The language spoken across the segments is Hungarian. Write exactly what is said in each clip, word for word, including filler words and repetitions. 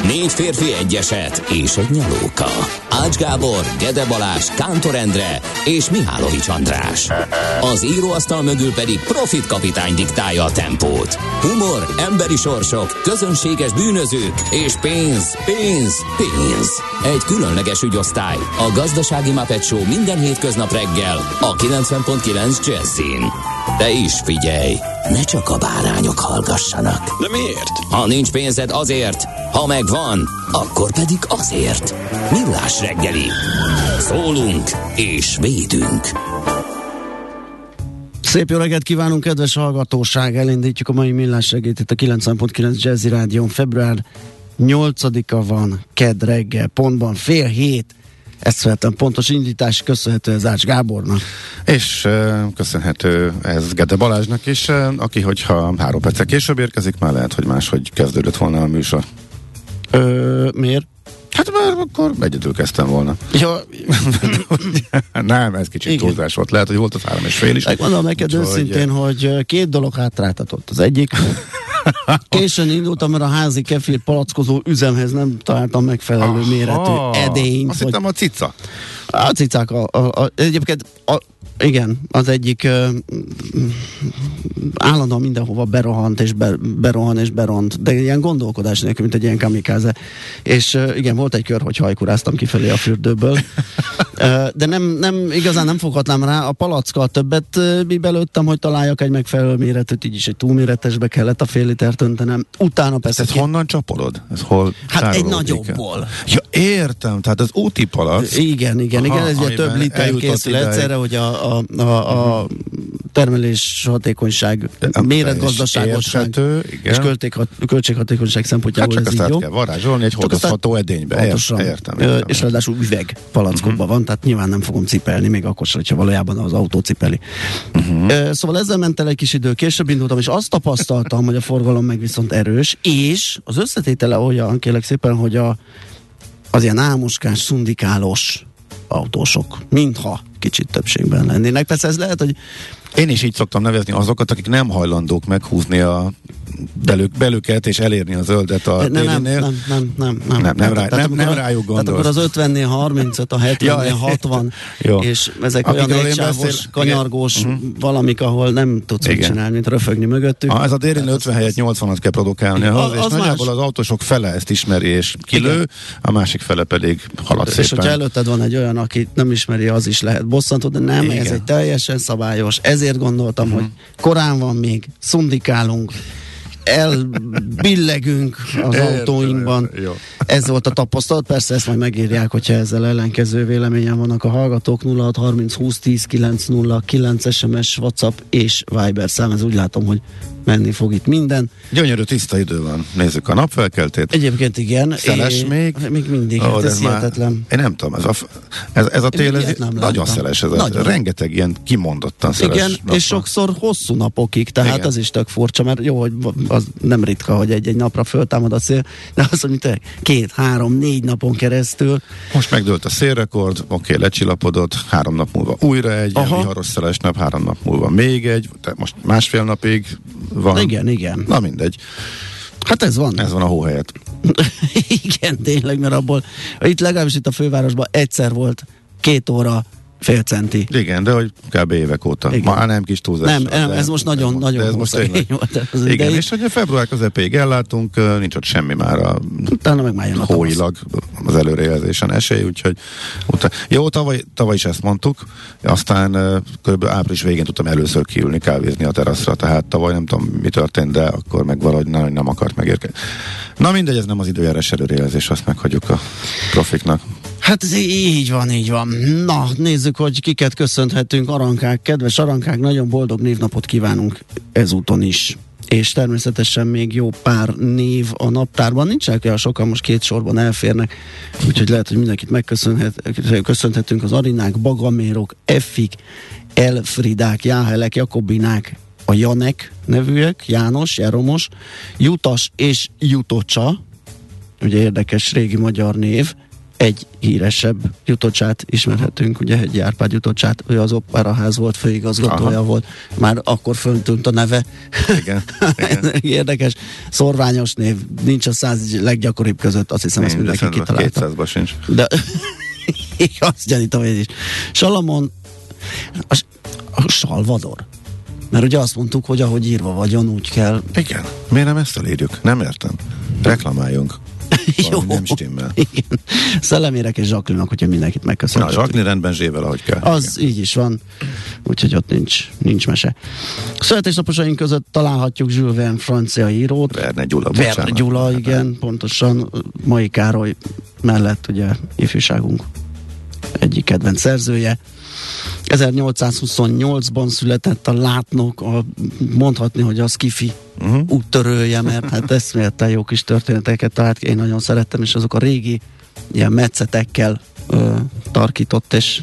Négy férfi, egy eset és egy nyalóka. Ács Gábor, Gede Balázs, Kántor Endre és Mihálovics András. Az íróasztal mögül pedig Profit kapitány diktálja a tempót. Humor, emberi sorsok, közönséges bűnözők és pénz, pénz, pénz. Egy különleges ügyosztály, a Gazdasági Muppet Show minden hétköznap reggel a kilencven pont kilenc Jazzin. De is figyelj, ne csak a bárányok hallgassanak. De miért? Ha nincs pénzed, azért, ha megvan, akkor pedig azért. Millás reggeli. Szólunk és védünk. Szép jó reggelt kívánunk, kedves hallgatóság! Elindítjuk a mai Millás reggelit itt a kilencven pont kilenc Jazzy Rádión. Február nyolcadika van, kedd reggel, pontban fél hét. Ezt feltem pontos indítás, köszönhető ez Ács Gábornak. És uh, köszönhető ez Gede Balázsnak is, uh, aki hogyha három perccel később érkezik, már lehet, hogy máshogy kezdődött volna a műsor. Ö, miért? Hát már akkor egyedül kezdtem volna. Ja. Nem, ez kicsit Igen. túlzás volt. Lehet, hogy volt az három és fél is. Megmondom neked úgy, őszintén, hogy... hogy két dolog hátráltatott. Az egyik, későn indultam, mert a házi kefir palackozó üzemhez nem találtam megfelelő Aha, méretű edényt. azt hogy... hittem a cica. A cicák, a, a, a, egyébként a, igen, az egyik uh, állandóan mindenhova berohant és be, berohan és beront, de ilyen gondolkodás nélkül, mint egy ilyen kamikáze. És uh, igen, volt egy kör, hogy hajkuráztam kifelé a fürdőből. uh, de nem, nem, igazán nem foghatnám rá, a palackkal többet uh, belőttem, hogy találjak egy megfelelő méretűt, így is egy túlméretesbe kellett a fél litert öntenem. Utána persze... Ezt ki... honnan csapolod? Ez hol Hát egy nagyobbból. Ja, értem, tehát az úti palack. Igen, igen, Aha, igen, ez ugye több liter készül egyszerre, hogy a, a, a, a termelés hatékonyság, méretgazdaságosság és költék, költséghatékonyság szempontjából hát ez így jó. jó. Kell varázsolni egy hordozható edénybe. Pontosan. Értem, értem. És ráadásul üveg palackokban uh-huh. van, tehát nyilván nem fogom cipelni, még akkor sem, hogyha valójában az autó cipeli. Uh-huh. Szóval ezzel ment el egy kis idő, később indultam, és azt tapasztaltam, hogy a forgalom meg viszont erős, és az összetétele olyan, kérlek szépen, hogy a, az ilyen álmoskás, szundikálós autósok, mintha kicsit többségben lennének. Persze ez lehet, hogy én is így szoktam nevezni azokat, akik nem hajlandók meghúzni a belük, belüket és elérni a zöldet a nem, tévénél. Nem, nem, nem, nem. Nem, nem, rá, nem, nem a, rájuk gondolsz. Tehát akkor az ötvennél harmincöt, a hetvennél hatvan, és ezek akikről olyan egysávos, kanyargós igen. valamik, ahol nem tudsz mit csinálni, mint röfögni mögöttük. Ah, ez a délin ötven helyett nyolcvanat kell produkálni ahhoz, és nagyjából az autósok fele ezt ismeri és kilő, igen. a másik fele pedig halad szépen. És hogyha előtted van egy olyan, aki nem ismeri, az is lehet bosszantó, de nem, igen. ez egy teljesen szabályos. Ezért gondoltam, uh-huh. hogy korán van még, szundikálunk, elbillegünk az autóinkban. Ez volt a tapasztalat, persze ezt majd megírják, hogyha ezzel ellenkező véleményen vannak a hallgatók. Nulla hat harminc húsz tíz kilenc nulla kilenc es em es, WhatsApp és Viber szám, ez úgy látom, hogy menni fog itt minden. Gyönyörű tiszta idő van. Nézzük a napfelkeltét. Egyébként igen. Szeles é, még. Még mindig, oh, hát ez, ez hihetetlen. Már, én nem tudom, ez a, ez, ez a tél, ez nagyon láttam. Szeles, ez a, rengeteg ilyen kimondottan szeles igen, nap. És sokszor hosszú napokig, tehát igen. az is tök furcsa, mert jó, hogy az nem ritka, hogy egy-egy napra föltámad a szél, de az, hogy két, három, négy napon keresztül. Most megdőlt a szélrekord, oké, okay, lecsillapodott, három nap múlva újra egy ilyen viharos szeles nap, három nap múlva még egy, tehát most másfél napig van. Igen, igen. Na mindegy. Hát ez van. Ez van a hó helyett. Igen, tényleg, mert abból, itt legalábbis itt a fővárosban egyszer volt két óra fél centi. Igen, de hogy kb. Évek óta. Igen. Már nem kis túlzás. Nem, nem ez most nagyon, nagyon ez most tényleg. Igen, idei. És hogy a február közepéig ellátunk, nincs ott semmi már a utána meg már jön a hóilag az előrejelzésen esély, úgyhogy utána. Jó, tavaly, tavaly is ezt mondtuk, aztán kb. Április végén tudtam először kiülni kávézni a teraszra, tehát tavaly nem tudom mi történt, de akkor meg valahogy nem, nem akart megérkezni. Na mindegy, ez nem az időjárás előrejelzés, azt meghagyjuk a profiknak. Hát ez így van, így van. Na, nézzük, hogy kiket köszönhetünk. Arankák, kedves Arankák, nagyon boldog névnapot kívánunk ezúton is. És természetesen még jó pár név a naptárban. Nincsenek olyan sokan, most két sorban elférnek, úgyhogy lehet, hogy mindenkit megköszönhetünk. Az Arinák, Bagamérok, Effik, Elfridák, Jáhelek, Jakobinák, a Janek nevűek, János, Jeromos, Jutas és Jutocsa, ugye érdekes régi magyar név, egy híresebb jutocsát ismerhetünk, ugye egy Árpád jutocsát, ő az Operaház volt, főigazgatója Aha. volt, már akkor föntűnt a neve. Igen. Igen. Érdekes, szorványos név, nincs a száz leggyakoribb között, azt hiszem, ezt mindenki kitalálta. kétszázban sincs. De azt gyanítom én is. Salamon, a, a Salvador. Mert ugye azt mondtuk, hogy ahogy írva vagyon, úgy kell. Igen. Miért nem ezt elírjuk? Nem értem. Reklamáljunk. Jó. Nem stimmel. Igen. Szellemérek és Zsaklinak, hogyha mindenkit megköszönjük. Na, Zsakli rendben zsével, ahogy kell. Az igen. Így is van. Úgyhogy ott nincs, nincs mese. Születésnaposaink között találhatjuk Jules Verne francia írót. Verne Gyula, Verne bocsánat. Gyula, igen, pontosan. Mai Károly mellett ugye ifjúságunk egyik kedvenc szerzője. ezernyolcszázhuszonnyolcban született a Látnok, a, mondhatni, hogy az skifi uh-huh. úttörője, mert hát eszméletlen jó kis történeteket talált, én nagyon szerettem, és azok a régi ilyen metszetekkel ö, tarkított és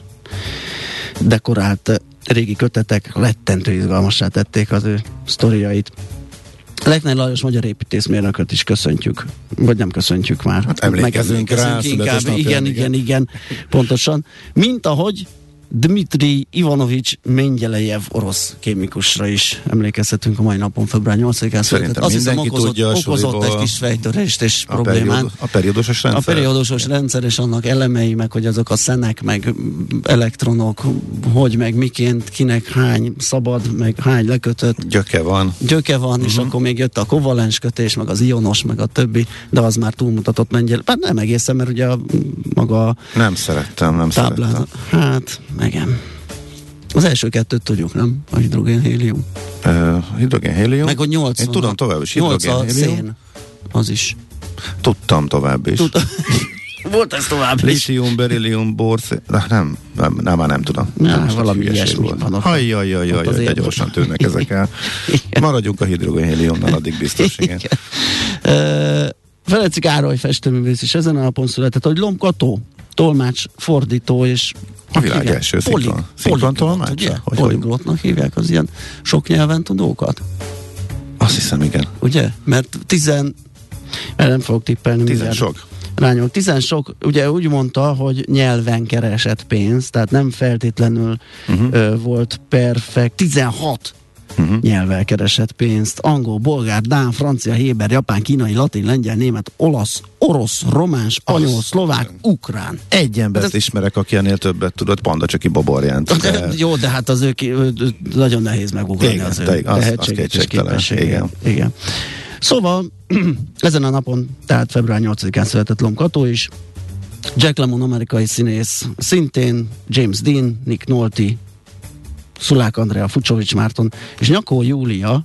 dekorált régi kötetek rettentő izgalmassá tették az ő sztoriait. Lekner Lajos magyar építészmérnököt is köszöntjük, vagy nem köszöntjük már. Hát emlékezünk rá, inkább, igen, igen, igen, igen, pontosan. Mint ahogy Dmitri Ivanovics Mengyelejev orosz kémikusra is emlékezhetünk a mai napon, február nyolcadikán született. Azt hiszem okozott, tudja, okozott egy kis fejtörést és a problémát. Periód, a periódusos rendszer? A periódusos rendszer és annak elemei, meg hogy azok a szenek, meg elektronok, hogy meg miként, kinek hány szabad, meg hány lekötött. Gyöke van. Gyöke van, uh-huh. És akkor még jött a kovalens kötés, meg az ionos, meg a többi, de az már túlmutatott Mengyelejev. Hát nem egészen, mert ugye a, maga nem szerettem, nem táblázat. szerettem. Hát igen. Az első kettőt tudjuk, nem? A hidrogén-hélium. Uh, hidrogén-hélium? Meg a nyolc. Én tudom tovább is. Hidrogén-hélium. Szén. Az is. Tudtam tovább is. Tud- Volt ez tovább is. Litium, berillium, bor, nem, nem, nem, nem, már nem tudom. Ja, nem valami ilyesmi van. Hajjajjajjaj, de gyorsan tűnnek ezek el. Maradjunk a hidrogén-héliumnál, addig biztos, igen. igen. Uh, Ferenci Károly festőművész is ezen a napon született, hogy Lomb Kató, tolmács, fordító és a világ igen, első szinkron. Szinkron tolmácsa? Poliglotnak hívják az ilyen sok nyelven tudókat. Azt hiszem, igen. Ugye? Mert tizen... Mert nem fogok tippelni. Tizen sok. Rányom. Tizen sok, ugye úgy mondta, hogy nyelven keresett pénzt, tehát nem feltétlenül uh-huh. ö, volt perfekt. tizenhat Uh-huh. nyelvvel keresett pénzt. Angol, bolgár, dán, francia, héber, japán, kínai, latin, lengyel, német, olasz, orosz, román, spanyol, az, szlovák, az ukrán. Egy embert ez ismerek, aki ennél többet tudott, Panda Csöki Baborjánt. De... Jó, de hát az ők nagyon nehéz megugrani az ő tehetséget és képességet. Igen. Igen. Szóval ezen a napon, tehát február nyolcadikán született Lomb Kató is. Jack Lemmon amerikai színész, szintén James Dean, Nick Nolte, Szulák Andrea, Fucsovics Márton és Nyakó Júlia.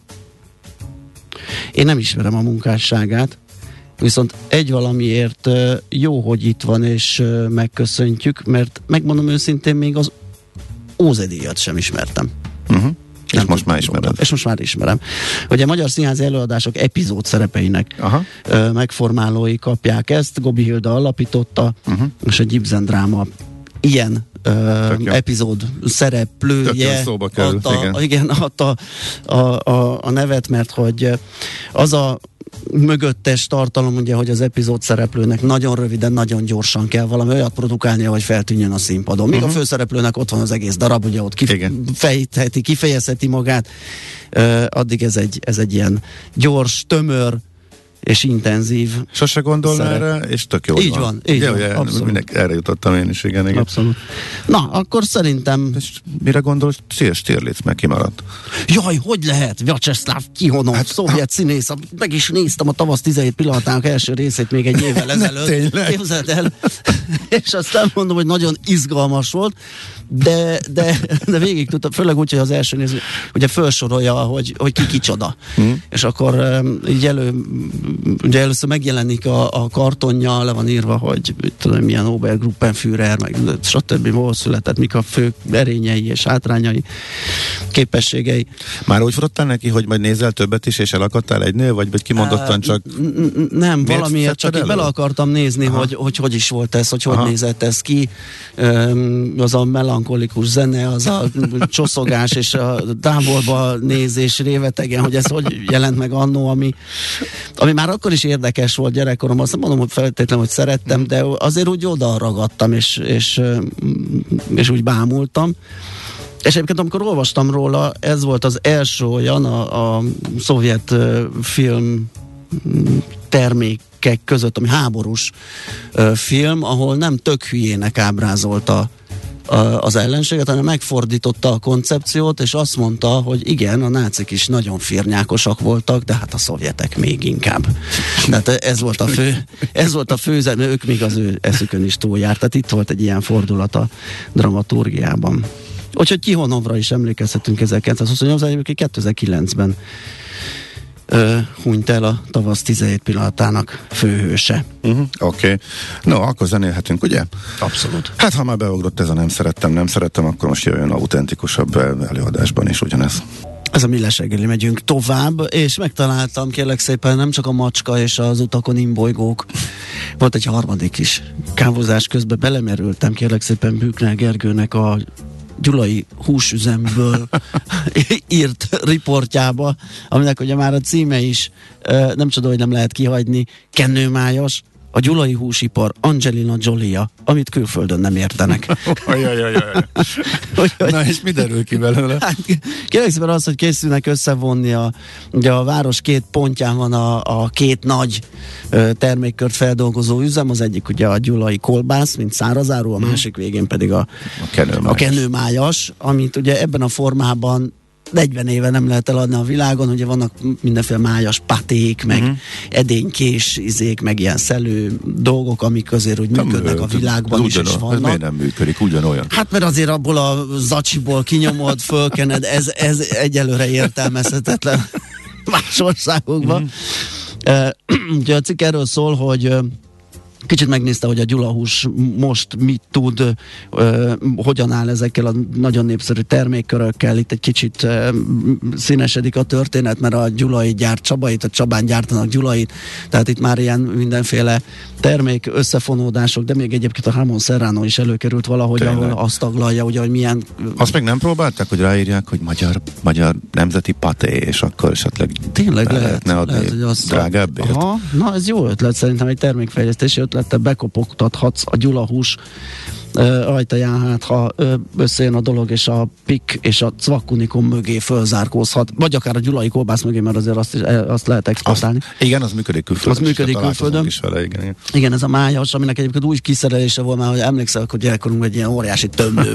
Én nem ismerem a munkásságát, viszont egy valamiért jó, hogy itt van és megköszöntjük, mert megmondom őszintén, még az Ózedíjat sem ismertem. Uh-huh. És most már ismered. És most már ismerem. Ugye a magyar színházi előadások epizód szerepeinek Aha. megformálói kapják ezt. Gobi Hilda alapította, uh-huh. és egy Ibsen dráma ilyen Uh, epizód szereplője adta, igen. Igen, adta a, a, a nevet, mert hogy az a mögöttes tartalom, ugye, hogy az epizód szereplőnek nagyon röviden, nagyon gyorsan kell valami olyat produkálnia, hogy feltűnjön a színpadon. Míg uh-huh. a főszereplőnek ott van az egész darab, ugye ott kifejtheti, kifejezheti magát, uh, addig ez egy, ez egy ilyen gyors, tömör és intenzív. Sose gondol szerep. Erre, és tök jó így van. van. Így ja, van, ja, mindenki, erre jutottam én is, igen, igen. Abszolút. Na, akkor szerintem... És mire gondol, Szél Stirlitz meg kimaradt? Jaj, hogy lehet? Vyacheslav Tihonov, hát, szovjet színész. Meg is néztem a Tavasz tizenhét pillanatának első részét még egy évvel ezelőtt. Képzeld el. És aztán mondom, hogy nagyon izgalmas volt, de, de, de végig tudtam, főleg úgy, hogy az első néző, ugye felsorolja, hogy, hogy ki kicsoda. Hmm. És akkor így elő, ugye először megjelenik a, a kartonja, le van írva, hogy tudom, milyen Obergruppenführer, meg stb. Hol született, mik a fő erényei és hátrányai, képességei. Már úgy frottál neki, hogy majd nézel többet is, és elakadtál egynél, vagy, vagy kimondottan csak... Nem, valamiért csak bele akartam nézni, hogy, hogy hogy is volt ez, hogy hogy Aha. nézett ez ki. Az a melankolikus zene, az a csoszogás és a távolba nézés révetegen, hogy ez hogy jelent meg annó, ami, ami már már akkor is érdekes volt gyerekkorom, azt nem mondom, hogy feltétlenül, hogy szerettem, de azért úgy oda ragadtam, és, és, és úgy bámultam. És egyébként amikor olvastam róla, ez volt az első olyan a, a szovjet uh, film termékek között, ami háborús uh, film, ahol nem tök hülyének ábrázolta az ellenséget, hanem megfordította a koncepciót, és azt mondta, hogy igen, a nácik is nagyon firnyákosak voltak, de hát a szovjetek még inkább. Tehát ez volt a fő, ez volt a fő, ők még az ő eszükön is túljárt. Tehát itt volt egy ilyen fordulat a dramaturgiában. Úgyhogy Tihonovra is emlékezhetünk ezerkilencszázhuszonnyolc, egyébként kétezer-kilencben Uh, hunyt el a tavasz tizenhét pillanatának főhőse. Uh-huh, Oké. Okay. No, akkor zenélhetünk, ugye? Abszolút. Hát, ha már beugrott ez a nem szerettem, nem szerettem, akkor most jöjjön autentikusabb előadásban is ugyanez. Ez a Millás reggeli, megyünk tovább, és megtaláltam, kérlek szépen, nem csak a macska és az utakon imbolygók. Volt egy harmadik is. Kávozás közben belemerültem, kérlek szépen Bükner Gergőnek a gyulai húsüzemből írt riportjába, aminek ugye már a címe is, nem csoda, hogy nem lehet kihagyni, kenőmájas, a gyulai húsipar Angelina Jolie-ja, amit külföldön nem értenek. Na és mi derül ki belőle? Hát, kérlek szépen az, hogy készülnek összevonni a, ugye a város két pontján van a, a két nagy ö, termékkört feldolgozó üzem, az egyik ugye a gyulai kolbász, mint szárazáru, a másik végén pedig a, a, kenőmájas. a kenőmájas, amit ugye ebben a formában negyven éve nem lehet eladni a világon, ugye vannak mindenféle májas paték, meg uh-huh. edénykés izék, meg ilyen szelő dolgok, amik azért úgy működnek a világban is, és vannak. Ez miért nem működik, ugyanolyan? Hát mert azért abból a zacsiból kinyomod, fölkened, ez, ez egyelőre értelmezhetetlen más országokban. Uh-huh. Uh, ugye a cikk erről szól, hogy uh, kicsit megnézte, hogy a gyulahús most mit tud, uh, hogyan áll ezekkel a nagyon népszerű termékkörökkel. Itt egy kicsit uh, színesedik a történet, mert a gyulai gyárt Csabait, a Csabán gyártanak gyulait, tehát itt már ilyen mindenféle termék összefonódások, de még egyébként a Hamon Serrano is előkerült valahogy, tényleg, ahol azt taglalja, ugye, hogy milyen... Azt még nem próbálták, hogy ráírják, hogy magyar, magyar nemzeti paté, és akkor esetleg tényleg lehet, lehetne adni lehet, hogy azt drágábbért? Aha, na ez jó ötlet, szerintem egy termékfejlesztési ötlettel bekopogtathatsz a gyulahús uh, ajtaján, hát ha uh, összejön a dolog, és a pik és a cvakkunikum mögé fölzárkózhat, vagy akár a gyulai kolbász mögé, mert azért azt, is, azt lehet exportálni. Azt, igen, az működik külföldön. Az működik külföldön. Is vele, igen, igen. igen, ez a májas, aminek egyébként úgy kiszerelése volt már, hogy emlékszel, hogy gyerekkorunkban egy ilyen óriási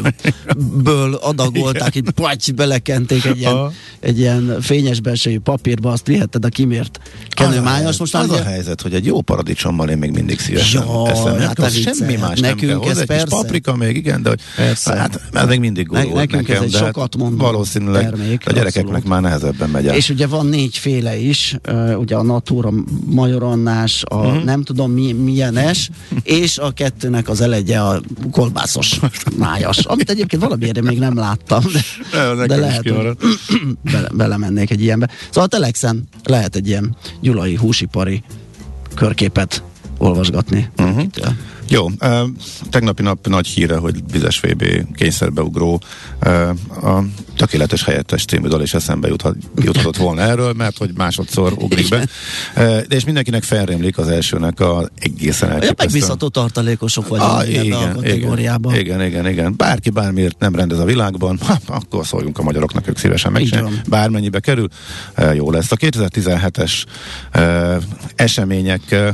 tömlőből adagolták, itt paty, belekenték egy ilyen, egy ilyen fényes belsejű papírba, azt vihetted a kimért kenőmájas. Most az már a helyzet, hogy egy jó paradicsommal én még mindig szívesen ja, eszem. Hát az semmi más nekünk nem kell hozzá, egy kis paprika még, igen, de hogy hát ez még mindig gurult ne, nekünk nekem, ez egy de sokat mondó valószínűleg termék, a gyerekeknek abszolút már nehezebben megy el. És ugye van négyféle is, uh, ugye a Natura majorannás, a uh-huh. nem tudom mi, milyenes, és a kettőnek az elegye a kolbászos májas, amit egyébként valamiért még nem láttam, de, ne, de lehet, hogy bele, belemennék egy ilyenbe. Szóval a Telexen lehet egy ilyen gyulai húsipari körképet olvasgatni. Uh-huh. Jó, uh, tegnapi nap nagy híre, hogy Vizes vé bé kényszerbeugró, uh, a Tökéletes helyettes című dal is eszembe juthat, juthatott volna erről, mert hogy másodszor ugrik be. Uh, de és mindenkinek felrémlik az elsőnek a egészen elképesztően. Megbízható tartalékosok vagyunk ah, ebben a kategóriában. Igen, igen, igen, igen. Bárki bármiért nem rendez a világban, ha, akkor szóljunk a magyaroknak, ők szívesen megcsinálják. Bármennyibe kerül, uh, jó lesz. A kétezer-tizenhetes uh, események uh,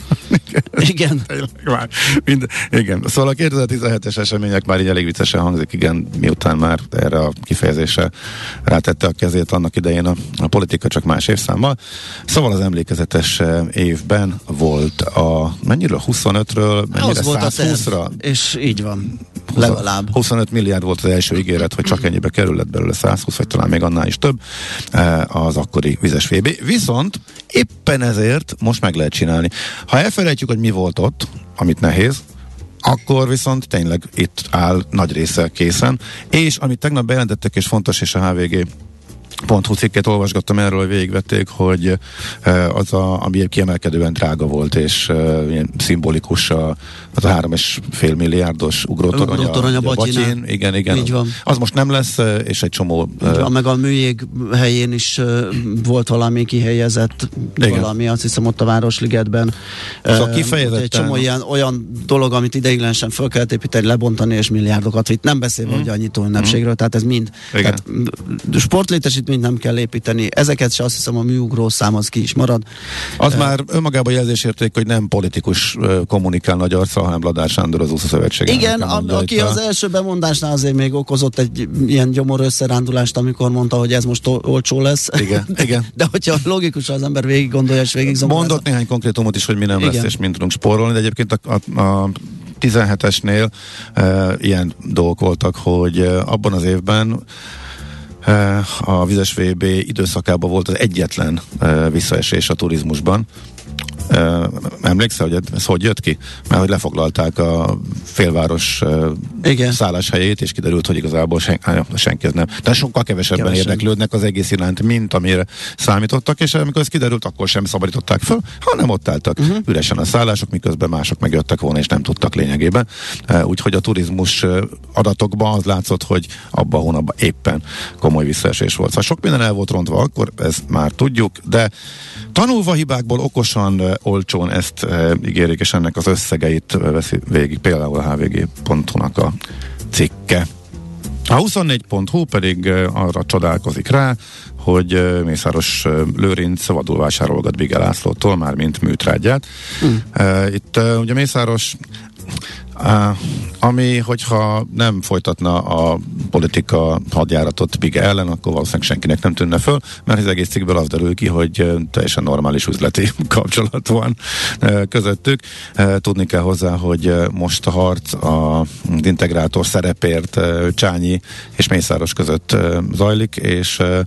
igen. Már, minden, igen. Szóval a kétezer-tizenhetes események már így elég viccesen hangzik, igen, miután már erre a kifejezésre rátette a kezét annak idején a, a politika, csak más évszámmal. Szóval az emlékezetes évben volt a mennyiről? huszonötről, mennyire? százhúszra? És így van. Legalább. huszonöt milliárd volt az első ígéret, hogy csak ennyibe kerül, lett belőle százhúsz, vagy talán még annál is több az akkori Vizes vé bé. Viszont éppen ezért most meg lehet csinálni. Ha elfelejtjük, hogy mi volt ott, amit nehéz, akkor viszont tényleg itt áll nagy része készen, és amit tegnap bejelentettek, és fontos, és a há vé gé pont hú cikket olvasgattam erről, hogy végigvették, hogy az, a, ami kiemelkedően drága volt, és uh, ilyen szimbolikus a, az a három és fél milliárdos ugrótorony, ugrótorony a, a Batyin. Igen, igen. Így van. Az most nem lesz, és egy csomó... Így van, meg a műjég helyén is uh, volt valami kihelyezett, igen. valami, azt hiszem ott a Városligetben. Szóval kifejezetten... Egy csomó ilyen, olyan dolog, amit ideiglenesen föl kellett építeni, lebontani, és milliárdokat vitt. Nem beszélve mm. ugye annyit ünnepségről, mm. tehát ez mind. Tehát sportlétesítményt nem kell építeni. Ezeket se, azt hiszem, a műugró szám az ki is marad. Az uh, már önmagában jelzésérték, hogy nem politikus uh, kommunikál nagy arccal, hanem Ladár Sándor az úszószövetség. Igen, a, aki az első bemondásnál azért még okozott egy ilyen gyomor összerándulást, amikor mondta, hogy ez most olcsó lesz. Igen, igen. De hogyha logikus az ember végig gondolja, és végig zomorázza. Mondott néhány konkrétumot is, hogy mi nem igen. lesz, és mind tudunk spórolni, de egyébként a, a, a tizenhetesnél uh, ilyen dolgok voltak, hogy uh, abban az évben a vizes vé bé időszakában volt az egyetlen uh, visszaesés a turizmusban. Uh, emlékszel, hogy ez hogy jött ki? Mert hogy lefoglalták a félváros uh, szálláshelyét, és kiderült, hogy igazából sen, ah, senki ez nem. De sokkal kevesebben Kevesen. érdeklődnek az egész iránt, mint amire számítottak, és amikor ez kiderült, akkor sem szabadították föl, hanem ott álltak uh-huh. üresen a szállások, miközben mások megjöttek volna, és nem tudtak lényegében. Uh, úgyhogy a turizmus uh, adatokban az látszott, hogy abban a hónapban éppen komoly visszaesés volt. Szóval sok minden el volt rontva akkor, ezt már tudjuk, de tanulva hibákból okosan, uh, olcsón ezt uh, ígérik, és ennek az összegeit uh, veszi végig például a há vé gé pont hu-nak a cikke. A huszonnégy pont hu pedig uh, arra csodálkozik rá, hogy uh, Mészáros uh, Lőrinc vadul vásárolgat Bige Lászlótól, már mint műtrágyát. Mm. Uh, itt uh, ugye Mészáros Uh, ami, hogyha nem folytatna a politika hadjáratot Bige ellen, akkor valószínűleg senkinek nem tűnne föl, mert az egész cikkből az derül ki, hogy uh, teljesen normális üzleti kapcsolat van uh, közöttük. Uh, tudni kell hozzá, hogy uh, most a harc a integrátor szerepért uh, Csányi és Mészáros között uh, zajlik, és uh,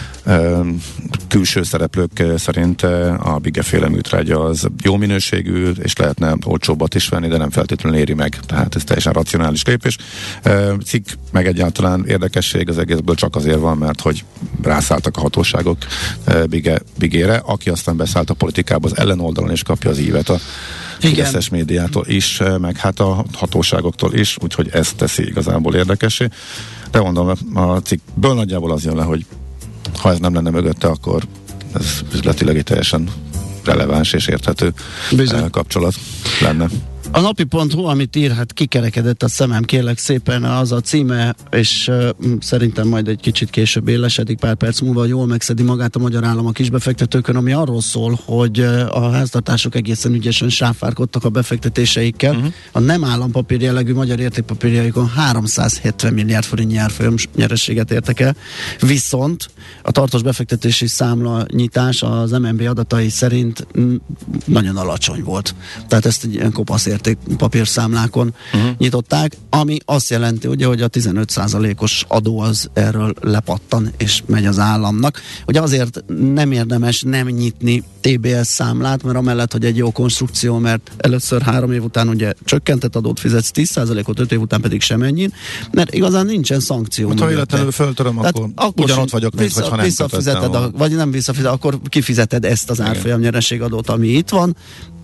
külső szereplők szerint a Bige-féle műtrágya az jó minőségű, és lehetne olcsóbbat is venni, de nem feltétlenül éri meg. Tehát ez teljesen racionális lépés. Cikk meg egyáltalán érdekesség az egészből csak azért van, mert hogy rászálltak a hatóságok Bige, Bigére, aki aztán beszállt a politikába az ellenoldalon, és kapja az ívet a fideszes médiától is, meg hát a hatóságoktól is, úgyhogy ez teszi igazából érdekessé. De mondom, a cikkből nagyjából az jön le, hogy ha ez nem lenne mögötte, akkor ez üzletileg egy teljesen releváns és érthető Bizony. kapcsolat lenne. A napi pont hu, amit ír, hát kikerekedett a szemem, kérlek szépen, az a címe, és uh, szerintem majd egy kicsit később élesedik, pár perc múlva jól megszedi magát a magyar állam a kisbefektetőkön, ami arról szól, hogy uh, a háztartások egészen ügyesen sáfárkodtak a befektetéseikkel. Uh-huh. A nem állampapír jellegű magyar értékpapírjaikon háromszázhetven milliárd forintnyi árfolyam nyerességet értek el, viszont a tartós befektetési számla nyitás az em en bé adatai szerint m- nagyon alacsony volt. Tehát ezt egy ilyen kopasz értékpapírszámlákon uh-huh. nyitották, ami azt jelenti, ugye, hogy a tizenöt százalékos adó az erről lepattan, és megy az államnak. Ugye azért nem érdemes nem nyitni té bé es számlát, mert amellett, hogy egy jó konstrukció, mert először három év után ugye csökkentett adót fizetsz tíz százalékot, öt év után pedig semennyi, mert igazán nincsen szankció. Hát, ha életlenül föltöröm, akkor, akkor ugyanott vagyok, mint hogyha nem visszafizeted, a, vagy nem visszafizeted, akkor kifizeted ezt az árfolyam nyereségadót, ami itt van,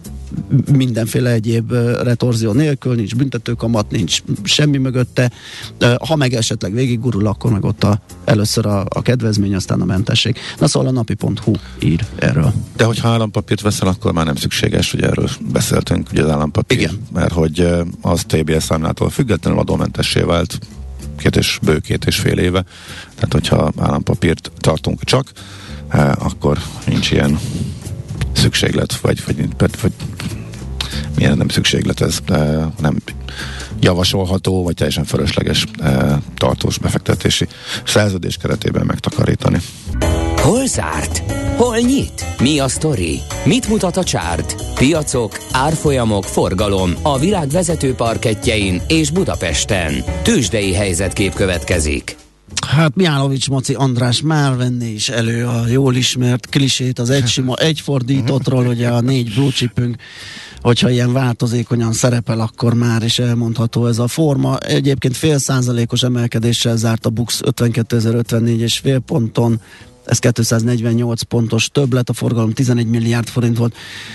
mindenféle egyéb uh, retorzió nélkül, nincs büntetőkamat, nincs semmi mögötte. Uh, ha meg esetleg végig gurul, akkor meg ott a, először a, a kedvezmény, aztán a mentesség. Na szóval a napi pont hu ír erről. De hogyha állampapírt veszel, akkor már nem szükséges, hogy erről beszéltünk, ugye az állampapír, igen. Mert hogy uh, az té bé es számlától függetlenül adómentessé vált két és bő két és fél éve. Tehát hogyha állampapírt tartunk csak, uh, akkor nincs ilyen szükséglet, vagy, vagy, vagy milyen nem szükséglet, ez e, nem javasolható, vagy teljesen fölösleges e, tartós befektetési szerződés keretében megtakarítani. Hol zárt? Hol nyit? Mi a sztori? Mit mutat a csárt? Piacok, árfolyamok, forgalom a világ vezető parkettjein és Budapesten. Tőzsdei helyzetkép következik. Hát Mihálovics Maci András már venné is elő a jól ismert klisét, az egy sima, egy fordítottról, ugye a négy blue chipünk hogyha ilyen változékonyan szerepel, akkor már is elmondható ez a forma. Egyébként fél százalékos emelkedéssel zárt a BUX ötvenkétezer-ötvennégy és fél ponton, ez kétszáznegyvennyolc pontos többlet, a forgalom tizenegy milliárd forint volt.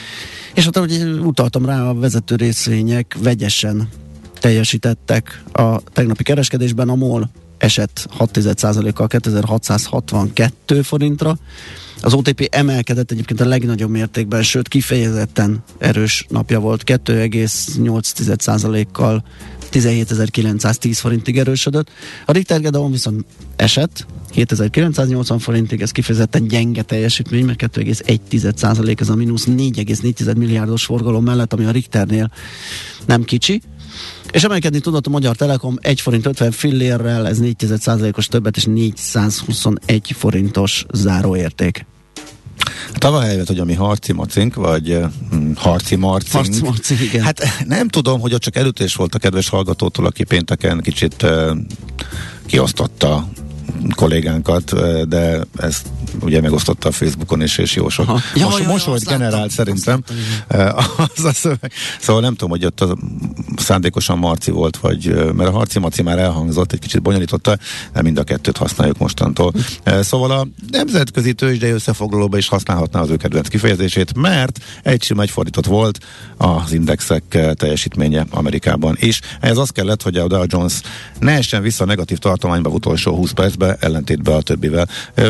És ott ugye utaltam rá, a vezető részvények vegyesen teljesítettek a tegnapi kereskedésben, a MOL esett hat százalékkal kétezer-hatszázhatvankettő forintra. Az o té pé emelkedett egyébként a legnagyobb mértékben, sőt kifejezetten erős napja volt, kettő egész nyolc százalékkal tizenhétezer-kilencszáztíz forintig erősödött. A Richter Gedeon viszont esett hétezer-kilencszáznyolcvan forintig, ez kifejezetten gyenge teljesítmény, mert kettő egész egy százalék, ez a mínusz négy egész négy milliárdos forgalom mellett, ami a Richternél nem kicsi. És emelkedni tudott a Magyar Telekom egy forint ötven fillérrel, ez négy százalékos többet, és négyszázhuszonegy forintos záróérték. Tavaly helyett, hogy a mi harci macink, vagy hm, harci marcink. Harci marcink, igen. Hát nem tudom, hogy ott csak előtés volt a kedves hallgatótól, aki pénteken kicsit uh, kiosztotta kollégánkat, de ezt ugye megosztotta a Facebookon is, és jó sok ja, most, ja, most ja, volt generált szerintem az a szöveg. Szóval nem tudom, hogy ott a szándékosan marci volt, vagy, mert a harci maci már elhangzott, egy kicsit bonyolította, de mind a kettőt használjuk mostantól. Szóval a nemzetközi tőzsdei összefoglalóba is használhatná az ő kedvenc kifejezését, mert egy sima egy fordított volt az indexek teljesítménye Amerikában is. Ez az kellett, hogy a Dow Jones ne essen vissza a negatív tartományba utolsó húsz percbe, ellentétben a többivel.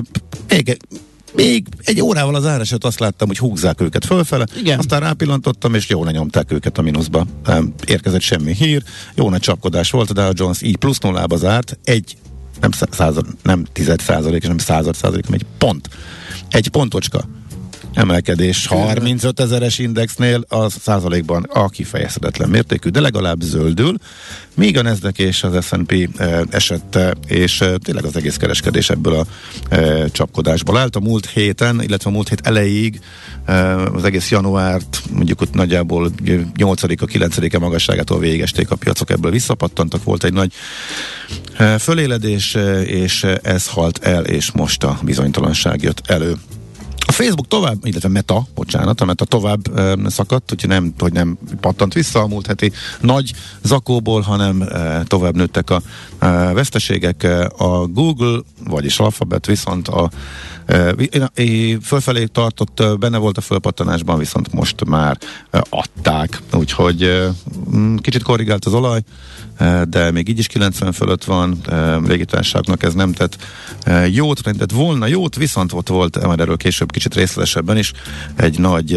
Még, még egy órával az árását azt láttam, hogy húzzák őket fölfele, igen. Aztán rápillantottam, és jól lenyomták őket a mínuszba. Érkezett semmi hír, jó nagy csapkodás volt, a Dow Jones így plusz nullába zárt, egy, nem, század, nem tized százalék, és nem század százalék, hanem egy pont. Egy pontocska emelkedés harmincötezeres indexnél a százalékban a kifejezhetetlen mértékű, de legalább zöldül, míg a Nasdaq és az es and pé e, esett, és e, tényleg az egész kereskedés ebből a e, csapkodásból állt. A múlt héten, illetve a múlt hét elejéig e, az egész januárt, mondjuk ott nagyjából nyolcadika kilencedike magasságától végesték a piacok, ebből visszapattantak, volt egy nagy e, föléledés, e, és ez halt el, és most a bizonytalanság jött elő. A Facebook tovább, illetve Meta, bocsánat, a Meta tovább e, szakadt, úgyhogy nem, hogy nem pattant vissza a múlt heti nagy zakóból, hanem e, tovább nőttek a e, veszteségek. A Google, vagyis Alphabet viszont a e, fölfelé tartott, benne volt a fölpattanásban, viszont most már e, adták. Úgyhogy e, kicsit korrigált az olaj, de még így is kilencven fölött van, légitársaságnak ez nem tett jót, rendett volna jót, viszont ott volt, majd erről később kicsit részletesebben is, egy nagy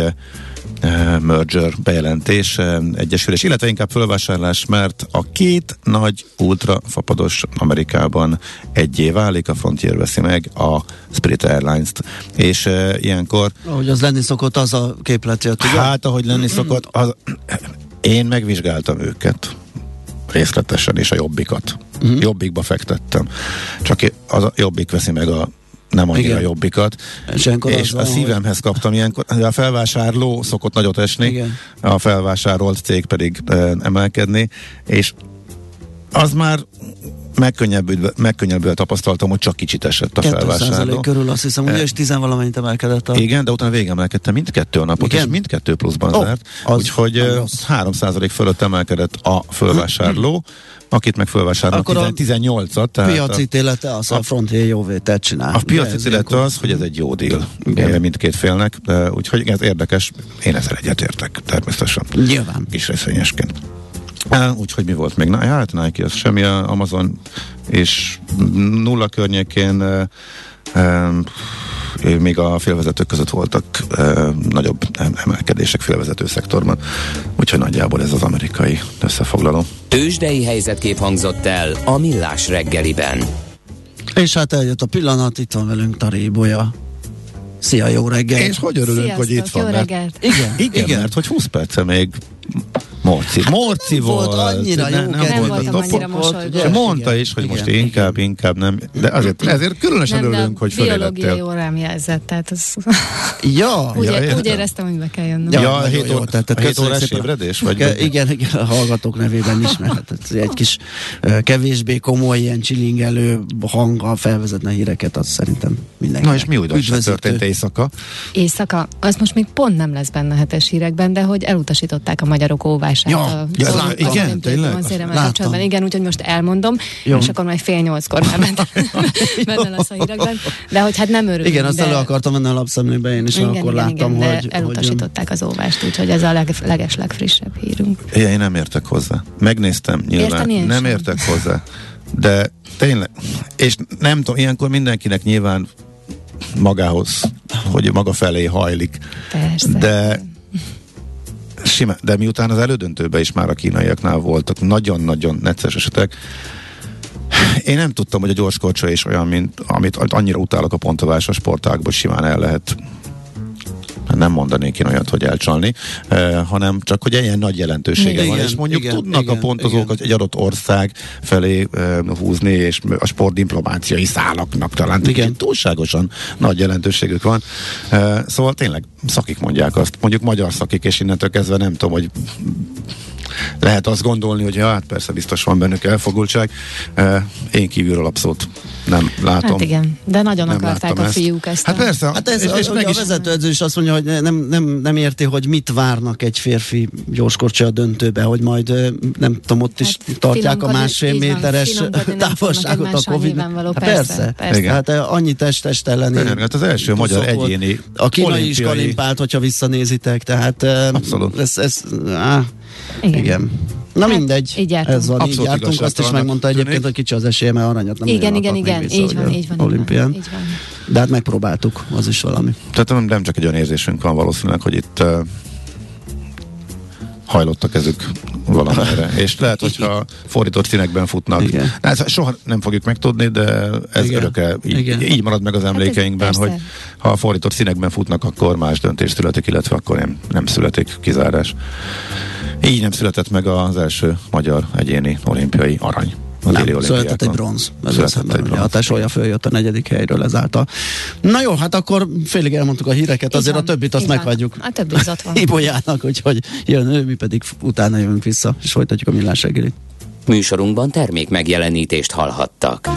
merger bejelentés, egyesülés, illetve inkább fölvásárlás, mert a két nagy ultrafapados Amerikában egyé válik, a Frontier veszi meg a Spirit Airlines-t, és uh, ilyenkor... Ahogy az lenni szokott, az a képlet jött, ugye? Hát, ahogy lenni szokott, az, én megvizsgáltam őket részletesen, és a Jobbikat. Uh-huh. Jobbikba fektettem. Csak az a Jobbik veszi meg a nem annyira igen. Jobbikat. És, és a szívemhez hogy... kaptam ilyenkor. A felvásárló szokott nagyot esni, igen. A felvásárolt cég pedig e, emelkedni, és az már megkönnyebbül tapasztaltam, hogy csak kicsit esett a felvásárló. Körül azt hiszem, ugye, és tizenvalamennyit emelkedett. A... Igen, de utána végemelkedte mindkettő a napot, igen? És mindkettő pluszban oh, zárt. Úgyhogy három százalék fölött emelkedett a felvásárló, akit meg fölvásárolnak tizennyolcat. A piacítélete az a, a Frontier jó vételt csinál. A piacítélete az, hogy ez egy jó deal mindkét félnek, úgyhogy ez érdekes. Én ezzel egyetértek természetesen. Nyilván. Kis részvényesként. Úgyhogy mi volt még? Na, hát Nike, az semmi, Amazon és nulla környékén e, e, még a félvezetők között voltak e, nagyobb emelkedések félvezető szektorban. Úgyhogy nagyjából ez az amerikai összefoglaló. Tőzsdei helyzetkép hangzott el a Millás reggeliben. És hát eljött a pillanat, itt van velünk Tari Bolya. Szia, jó reggelt! És hogy örülünk, Sziasztok, hogy itt van. Jó reggelt! Igen, igen, igen, mert hogy húsz perce még Morci. Morci volt. volt annyira ne, jó, nem, nem volt voltam a annyira topok. mosolygós. És mondta is, hogy Igen, most igen. inkább, inkább nem. De azért, ezért különösen Nem, de örülünk, hogy a biológiai fölélettél. órám jelzett, tehát az Ja, úgy, Ja, ér, értem. úgy éreztem, hogy be kell jönnöm. Ja, Ja, a nagyon hét, jó, ó- tehát a hét köszönjük órás szépen. ébredés? Vagy Ge- igen, igen, a hallgatók nevében is, mert hát ez egy kis ö, kevésbé komoly, ilyen csilingelő hanggal felvezetne híreket, az szerintem mindenki. Na és mi újdonság történt éjszaka? Éjszaka, az most még pont nem lesz benne hetes hírekben, de hogy elutasították a magyarok óvását. Ja, a, ja, az lá- olimpiai igen, tényleg? bronzéremmel Láttam. kapcsolatban. Igen, úgyhogy most elmondom, Jó. és akkor majd fél nyolckor már benne, benne lesz a hírekben. De hogy hát nem örülünk. Igen, azt de... elő akartam menni a lapszemlébe, én is Igen, akkor igen, láttam, igen, de hogy... elutasították az óvást, úgyhogy ez a leg, leges, legfrissebb hírünk. Ja, én nem értek hozzá. Megnéztem, nyilván. Értem én Nem sem. értek hozzá. De tényleg, és nem tudom, ilyenkor mindenkinek nyilván magához, hogy maga felé hajlik. Persze. De sima, de miután az elődöntőben is már a kínaiaknál voltak nagyon-nagyon necces esetek, én nem tudtam, hogy a gyorskorcsoly is olyan, mint amit annyira utálok a pontolás a sportágból, simán el lehet, nem mondanék én olyat, hogy elcsalni, eh, hanem csak, hogy ilyen nagy jelentősége Igen, van, és mondjuk igen, tudnak igen, a pontozókat egy adott ország felé eh, húzni, és a sportdiplomáciai szálaknak talán Igen. túlságosan nagy jelentőségük van. Eh, szóval tényleg szakik mondják azt, mondjuk magyar szakik, és innentől kezdve nem tudom, hogy lehet azt gondolni, hogy ja, hát persze biztos van bennük elfogultság. Uh, én kívülről abszolút nem látom. Hát igen, de nagyon Nem akarták láttam a ezt. fiúk ezt. Hát a... persze. Hát ez, és, és a, meg a is, vezetőedző is azt mondja, hogy nem, nem, nem érti, hogy mit várnak egy férfi gyorskorcsolya a döntőbe, hogy majd ö, nem tudom, ott is Hát tartják a finomkodni- másfél így van, méteres finomkodni nem távolságot fognak a egymással Covid. nyilvánvaló, Hát persze, persze, persze. Igen. Hát ö, annyi test-test elleni. Igen, hát az első magyar tuszok volt. egyéni A kínai is olimpiai- kalimpált, hogyha visszanézitek, tehát ö, Abszolút. ez, ez á, Igen. igen. Na Hát, mindegy, így jártunk. ez van, így Abszolút jártunk, azt is igazságtalannak megmondta tűnik. egyébként, hogy kicsi az esélye, mert aranyat nem Igen, nagyon igen, adnak igen, még vissza, így van, ugye, így van, így van, olimpián. így van. De hát megpróbáltuk, az is valami. Tehát nem, nem csak egy olyan érzésünk van valószínűleg, hogy itt uh, hajlott a kezük valamelyre. És lehet, hogyha fordított színekben futnak. Igen. Na, ezt soha nem fogjuk megtudni, de ez Igen. örökre így, Igen. így marad meg az emlékeinkben, persze. hogy ha fordított színekben futnak, akkor más döntés születik, illetve akkor nem, nem születik kizárás. Így nem született meg az első magyar egyéni olimpiai arany. A déli Nem, született egy olimpiákon. bronz. Született egy A bronz. tesója följött a negyedik helyről ezáltal. Na jó, hát akkor félig elmondtuk a híreket, Így azért van, a többit azt így van. meghagyjuk. A többi az ott van. Ibolyának, úgyhogy jön ő, mi pedig utána jövünk vissza, és folytatjuk a millás reggelit. Műsorunkban termék megjelenítést hallhattak.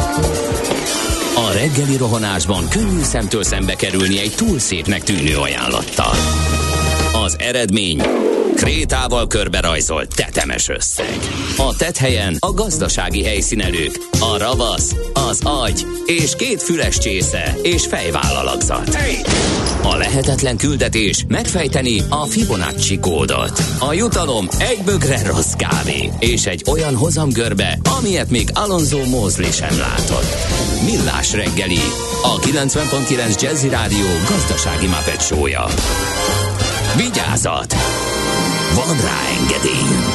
A reggeli rohanásban könnyű szemtől szembe kerülni egy túl szépnek tűnő ajánlattal. Az eredmény krétával körberajzolt tetemes összeg. A tetthelyen a gazdasági helyszínelők, a ravasz, az agy és két füles csésze és fejvállalakzat. A lehetetlen küldetés megfejteni a Fibonacci kódot. A jutalom egy bögre rossz kávé és egy olyan hozamgörbe, amilyet még Alonso Mosley sem látott. Millás reggeli, a kilencven pont kilenc Jazzy Rádió gazdasági Muppet show-ja. Vigyázat! Van rá engedélyünk!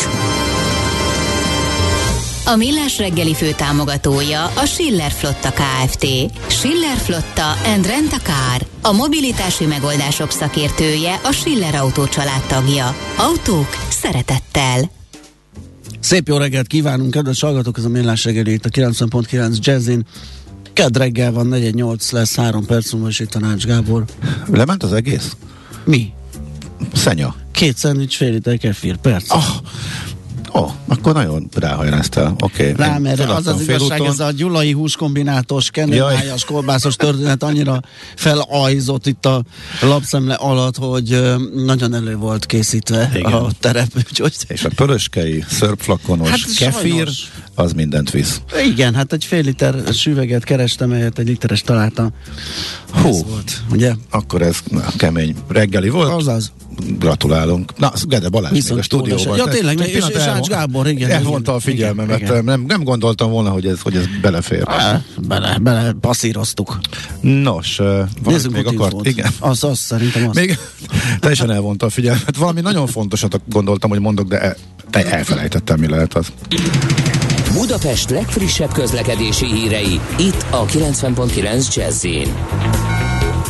A Millás reggeli főtámogatója a Schiller Flotta Kft. Schiller Flotta and Rent a Car. A mobilitási megoldások szakértője, a Schiller Autó család tagja. Autók szeretettel. Szép jó reggelt kívánunk, kedves hallgatók, ez a millás reggeli itt a kilencven pont kilenc Jazzin. Kedd reggel van, negyven nyolc lesz, három perc múlva, és itt a Nács Gábor. Lement az egész? Mi? Szenya. Két szendvics, fél liter kefir, perc. Oh, oh, akkor nagyon ráhajráztál. Oké. Okay. Rám erre az az igazság, ez a gyulai húskombinátós, kennemájas, kolbászos történet annyira felajzott itt a lapszemle alatt, hogy ö, nagyon elő volt készítve. Igen. A terep. Úgyhogy... És a pöröskei, szörpflakonos Hát kefir, sajnos. az mindent visz. Igen, hát egy fél liter süveget kerestem, helyett egy literes találtam. Hú, Ez volt, ugye? akkor ez na, kemény reggeli volt. Azaz. Gratulálunk. Na, Gede Balázs még a stúdióban. Ja, tényleg, Egy és, pillanat és elmond- Ács Gábor, igen. Elmondta a figyelmemet, igen, igen. Nem, nem gondoltam volna, hogy ez, hogy ez belefér. Á, Bele, bele passzíroztuk. Nos, uh, valamit Nézzünk még a akart. infót. Igen. Az, az szerintem az. Még teljesen elvonta a figyelmet. Valami nagyon fontosat gondoltam, hogy mondok, de el, te elfelejtettem, mi lehet az. Budapest legfrissebb közlekedési hírei, itt a kilencven pont kilenc Jazzin.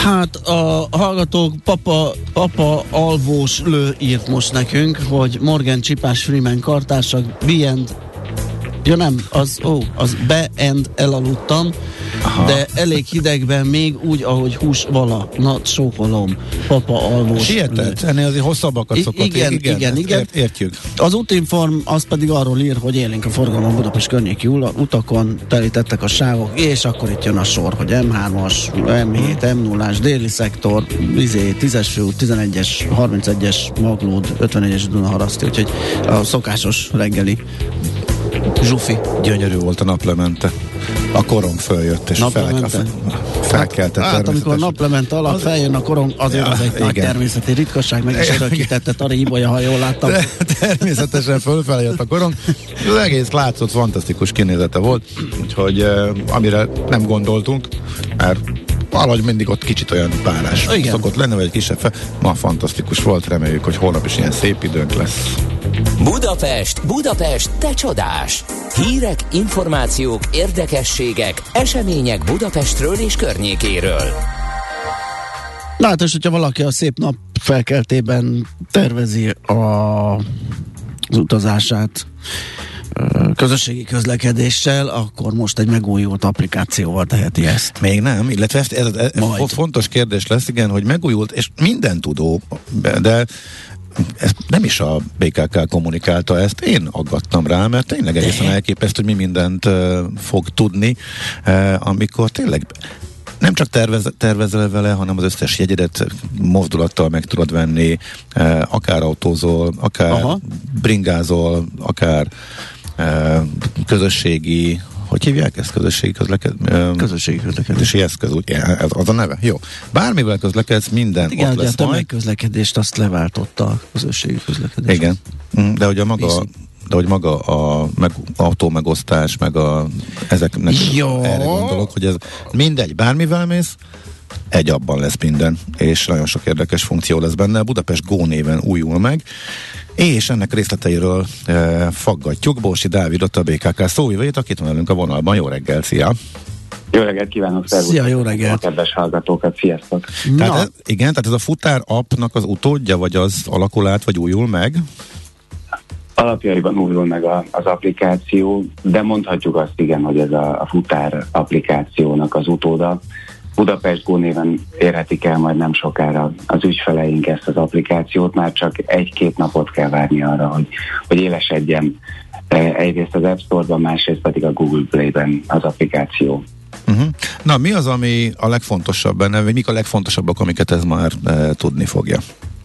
Hát a hallgatók Papa, Papa Alvós Lő írt most nekünk, hogy Morgan Csipás Freeman kartársak, Bient, ja nem, az, ó, az be and elaludtam, aha, de elég hidegben még úgy, ahogy hús vala, na sókolom, Papa Alvós. Sietett, ennél azért hosszabbakat I- szokott. igen, igen, igen, igen. Ért, értjük. Az útinform az pedig arról ír, hogy élénk a forgalom Budapest környéki utakon, telítettek a sávok, és akkor itt jön a sor, hogy em hármas, em hét, em nullás, déli szektor, izé, tízes főút, tizenegyes, harmincegyes, Maglód, ötvenegyes Dunaharaszti, úgyhogy a szokásos reggeli zsufi. Gyönyörű volt a naplemente. A korong följött, és naplemente. felkeltett. Hát, hát amikor naplemente alatt az... feljön a korong, azért ja, az egy igen, nagy természeti ritkaság, meg is örökítette Tari Ibolya, ha jól láttam. De, természetesen fölfelé jött a korong. Az egész látszott, fantasztikus kinézete volt, úgyhogy eh, amire nem gondoltunk, mert valahogy mindig ott kicsit olyan párás igen, szokott lenni, vagy egy kisebb fel. Ma fantasztikus volt, reméljük, hogy holnap is ilyen szép időnk lesz. Budapest, Budapest, te csodás! Hírek, információk, érdekességek, események Budapestről és környékéről. Na hát, és hogyha valaki a szép nap felkeltében tervezi a, az utazását közösségi közlekedéssel, akkor most egy megújult applikációval teheti ezt. Még nem, illetve ez, ez, ez fontos kérdés lesz, igen, hogy megújult, és minden tudó, de ezt nem is a bé ká ká kommunikálta ezt, én aggattam rá, mert tényleg egészen elképesztő, hogy mi mindent uh, fog tudni, uh, amikor tényleg nem csak tervez, tervezel vele, hanem az összes jegyedet mozdulattal meg tudod venni, uh, akár autózol, akár aha, bringázol, akár uh, közösségi, hogy hívják ezt? Közösségi közlekedés? Közösségi közlekedés. eszköz, úgy, ez az a neve? Jó. Bármivel közlekedsz, minden igen, ott lesz majd. Igen, a közlekedést azt leváltotta a közösségi közlekedés. Igen, de hogy a maga, de hogy maga a meg, autómegosztás, meg a ezeknek jó, erre gondolok, hogy ez mindegy, bármivel mész, egy abban lesz minden, és nagyon sok érdekes funkció lesz benne. A Budapest Go néven újul meg, és ennek részleteiről e, faggatjuk Borsi Dávidot, a bé ká ká szóvivőjét, akit van velünk a vonalban. Jó reggel, szia! Jó reggelt kívánok, szervusz! Szia, jó reggelt! A kedves hallgatókat, sziasztok! Tehát ez, igen, tehát ez a futár appnak az utódja, vagy az alakul át, vagy újul meg? Alapjaiban újul meg a, az applikáció, de mondhatjuk azt igen, hogy ez a, a futár applikációnak az utóda. Budapest Go néven érhetik el majd nem sokára az ügyfeleink ezt az applikációt, már csak egy-két napot kell várni arra, hogy, hogy élesedjen egyrészt az App Store-ban, másrészt pedig a Google Play-ben az applikáció. Uh-huh. Na, mi az, ami a legfontosabb benne, vagy mik a legfontosabbak, amiket ez már e, tudni fogja?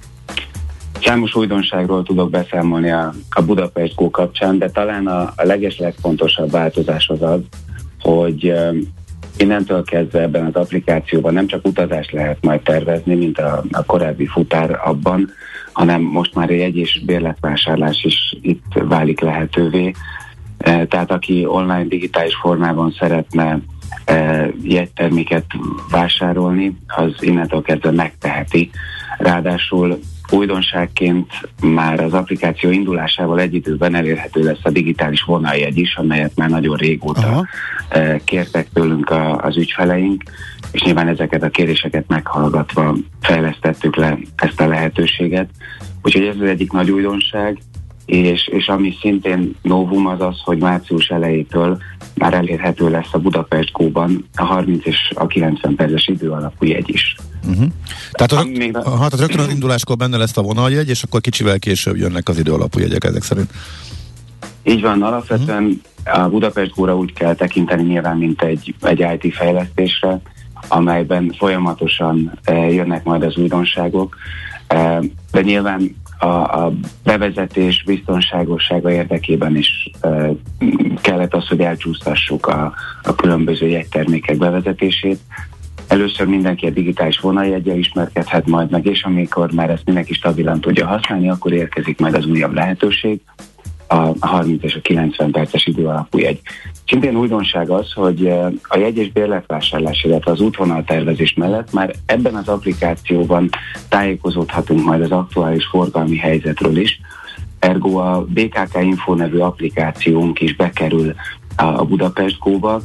Számos újdonságról tudok beszámolni a, a Budapest Go kapcsán, de talán a, a leges legfontosabb változás az az, hogy innentől kezdve ebben az applikációban nem csak utazást lehet majd tervezni, mint a, a korábbi futár abban, hanem most már egy jegy- és bérletvásárlás is itt válik lehetővé. E, tehát aki online digitális formában szeretne e, jegyterméket vásárolni, az innentől kezdve megteheti. Ráadásul újdonságként már az applikáció indulásával egy időben elérhető lesz a digitális vonaljegy is, amelyet már nagyon régóta aha, kértek tőlünk a, az ügyfeleink, és nyilván ezeket a kéréseket meghallgatva fejlesztettük le ezt a lehetőséget. Úgyhogy ez az egyik nagy újdonság, és, és ami szintén novum az az, hogy március elejétől már elérhető lesz a Budapest Go-ban a harminc és a kilencven perces idő alapú jegy is. Uh-huh. Tehát, a, még a, a, tehát rögtön az induláskor benne lesz a vonaljegy, és akkor kicsivel később jönnek az idő alapú jegyek ezek szerint. Így van, alapvetően uh-huh, a Budapest Go-ra úgy kell tekinteni nyilván, mint egy, egy i té fejlesztésre, amelyben folyamatosan eh, jönnek majd az újdonságok, eh, de nyilván a, a bevezetés biztonságossága érdekében is e, kellett az, hogy elcsúsztassuk a, a különböző jegytermékek bevezetését. Először mindenki a digitális vonaljeggyel ismerkedhet majd meg, és amikor már ezt mindenki stabilan tudja használni, akkor érkezik majd az újabb lehetőség, a harminc és a kilencven perces idő alapú jegy. Szintén újdonság az, hogy a jegy- és bérletvásárlás, illetve az útvonaltervezés mellett már ebben az applikációban tájékozódhatunk majd az aktuális forgalmi helyzetről is. Ergo a bé ká ká Info nevű applikációnk is bekerül a Budapest Go-ba,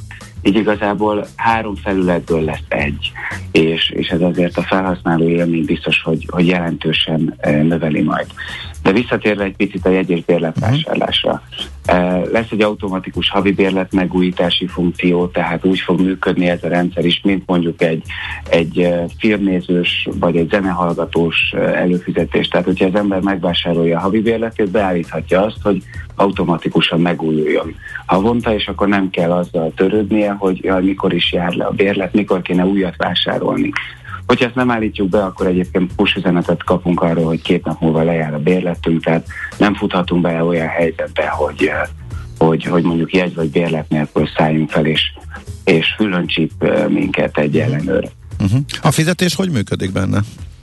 így igazából három felületből lesz egy, és, és ez azért a felhasználó élmény biztos, hogy, hogy jelentősen növeli majd. De visszatérve egy picit a jegy- és bérletvásárlásra. Lesz egy automatikus havi bérlet megújítási funkció, tehát úgy fog működni ez a rendszer is, mint mondjuk egy, egy filmnézős vagy egy zenehallgatós előfizetés. Tehát, hogyha az ember megvásárolja a havi bérletét, beállíthatja azt, hogy automatikusan megújuljon havonta, és akkor nem kell azzal törődnie, hogy jaj, mikor is jár le a bérlet, mikor kéne újat vásárolni. Hogyha ezt nem állítjuk be, akkor egyébként push üzenetet kapunk arról, hogy két nap múlva lejár a bérletünk, tehát nem futhatunk be olyan helyzetbe, hogy, hogy, hogy mondjuk jegy vagy bérlet nélkül szálljunk fel, és, és fülöncsíp minket egy ellenőr. Uh-huh. A fizetés hogy működik benne?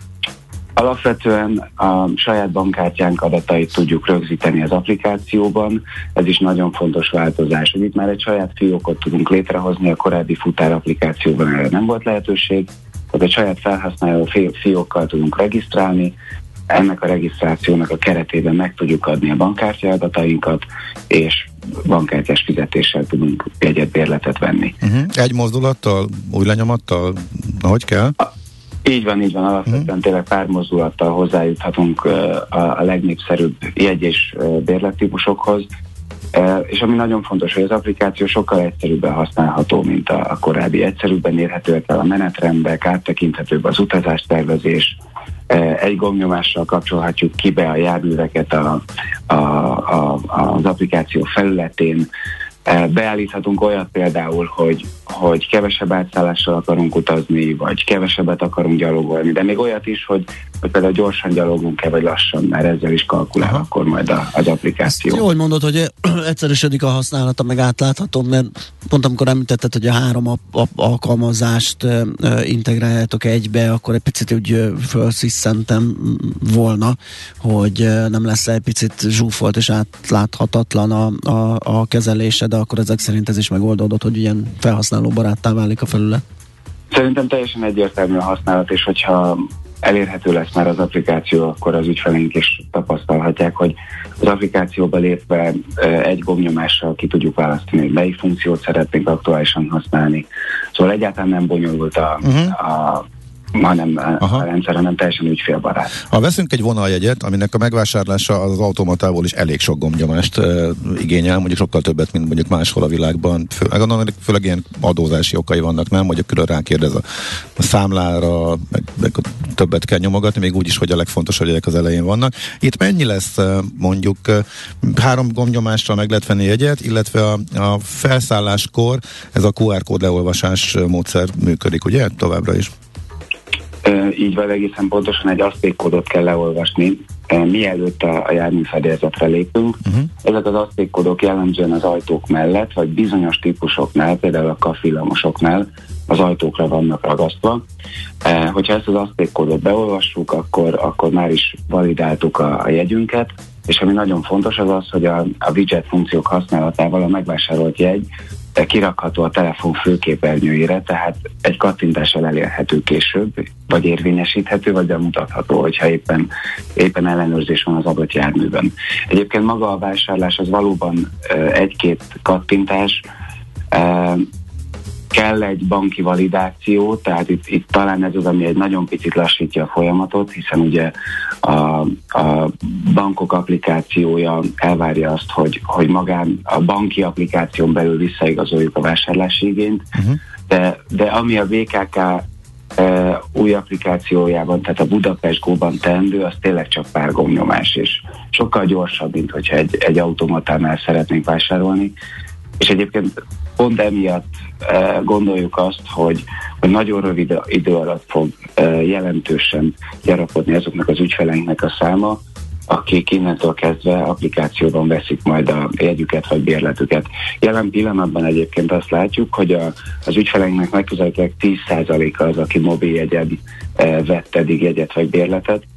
Alapvetően a saját bankkártyánk adatait tudjuk rögzíteni az applikációban, ez is nagyon fontos változás, hogy itt már egy saját fiókot tudunk létrehozni, a korábbi futár applikációban erre nem volt lehetőség, tehát egy saját felhasználó fi- fiókkal tudunk regisztrálni, ennek a regisztrációnak a keretében meg tudjuk adni a bankkártya adatainkat, és bankkártyás fizetéssel tudunk jegyet, bérletet venni. Uh-huh. Egy mozdulattal, új lenyomattal, ahogy kell? A, így van, így van, alapvetően uh-huh. tényleg pár mozdulattal hozzájuthatunk uh, a, a legnépszerűbb jegy- és uh, bérlettípusokhoz, uh, és ami nagyon fontos, hogy az applikáció sokkal egyszerűbben használható, mint a, a korábbi. Egyszerűbben érhetőek el a menetrendek, áttekinthetőbb az utazástervezés, egy gombnyomással kapcsolhatjuk ki be a járműveket a, a, a, az applikáció felületén. Beállíthatunk olyat például, hogy, hogy kevesebb átszállással akarunk utazni, vagy kevesebbet akarunk gyalogolni, de még olyat is, hogy, hogy például gyorsan gyalogunk-e, vagy lassan, mert ezzel is kalkulál Aha. akkor majd a, az applikáció. Ezt jól mondod, hogy egyszerűsödik a használata, meg átlátható, mert pont amikor említetted, hogy a három a, a, alkalmazást e, e, integráljátok egybe, akkor egy picit úgy fölsziszentem volna, hogy nem lesz egy picit zsúfolt és átláthatatlan a, a, a kezelése, de akkor ezek szerint ez is megoldódott, hogy ilyen felhasználóbaráttá válik a felület. Szerintem teljesen egyértelmű a használat, és hogyha elérhető lesz már az applikáció, akkor az ügyfeleink is tapasztalhatják, hogy az applikációba lépve egy gombnyomással ki tudjuk választani, hogy melyik funkciót szeretnénk aktuálisan használni. Szóval egyáltalán nem bonyolult a, uh-huh. a hanem Aha. a rendszer, hanem teljesen ügyfélbarát. Ha veszünk egy vonaljegyet, aminek a megvásárlása az automatából is elég sok gombnyomást uh, igényel, mondjuk sokkal többet, mint mondjuk máshol a világban. Fő, gondolom, hogy főleg ilyen adózási okai vannak, nem? Mondjuk külön rákérdez a, a számlára, meg, meg többet kell nyomogatni, még úgy is, hogy a legfontosabb jegyek az elején vannak. Itt mennyi lesz uh, mondjuk uh, három gombnyomással meg lehet venni jegyet, illetve a, a felszálláskor ez a kú er kód leolvasás módszer működik, ugye? Továbbra is. Így van, egészen pontosan egy asztékkódot kell leolvasni, mielőtt a, a járműfedélzetre lépünk. Uh-huh. Ezek az asztékkódok jellemzően az ajtók mellett, vagy bizonyos típusoknál, például a kafvillamosoknál az ajtókra vannak ragasztva. E, hogyha ezt az asztékkódot beolvassuk, akkor, akkor már is validáltuk a, a jegyünket, és ami nagyon fontos az az, hogy a, a widget funkciók használatával a megvásárolt jegy kirakható a telefon főképernyőjére, tehát egy kattintással elérhető később, vagy érvényesíthető, vagy bemutatható, hogyha éppen, éppen ellenőrzés van az adott járműben. Egyébként maga a vásárlás az valóban egy-két kattintás, kell egy banki validáció, tehát itt, itt talán ez az, ami egy nagyon picit lassítja a folyamatot, hiszen ugye a, a bankok applikációja elvárja azt, hogy, hogy magán a banki applikáción belül visszaigazoljuk a vásárlási igényt, uh-huh. de, de ami a vé ká ká e, új applikációjában, tehát a Budapest Go-ban teendő, az tényleg csak pár gombnyomás, és sokkal gyorsabb, mint hogyha egy, egy automatánál szeretnénk vásárolni. És egyébként pont emiatt e, gondoljuk azt, hogy, hogy nagyon rövid idő alatt fog e, jelentősen gyarapodni azoknak az ügyfeleinknek a száma, akik innentől kezdve applikációban veszik majd a jegyüket vagy bérletüket. Jelen pillanatban egyébként azt látjuk, hogy a, az ügyfeleinknek megközelítőleg tíz százaléka az, aki mobiljegyen e, vett eddig jegyet vagy bérletet.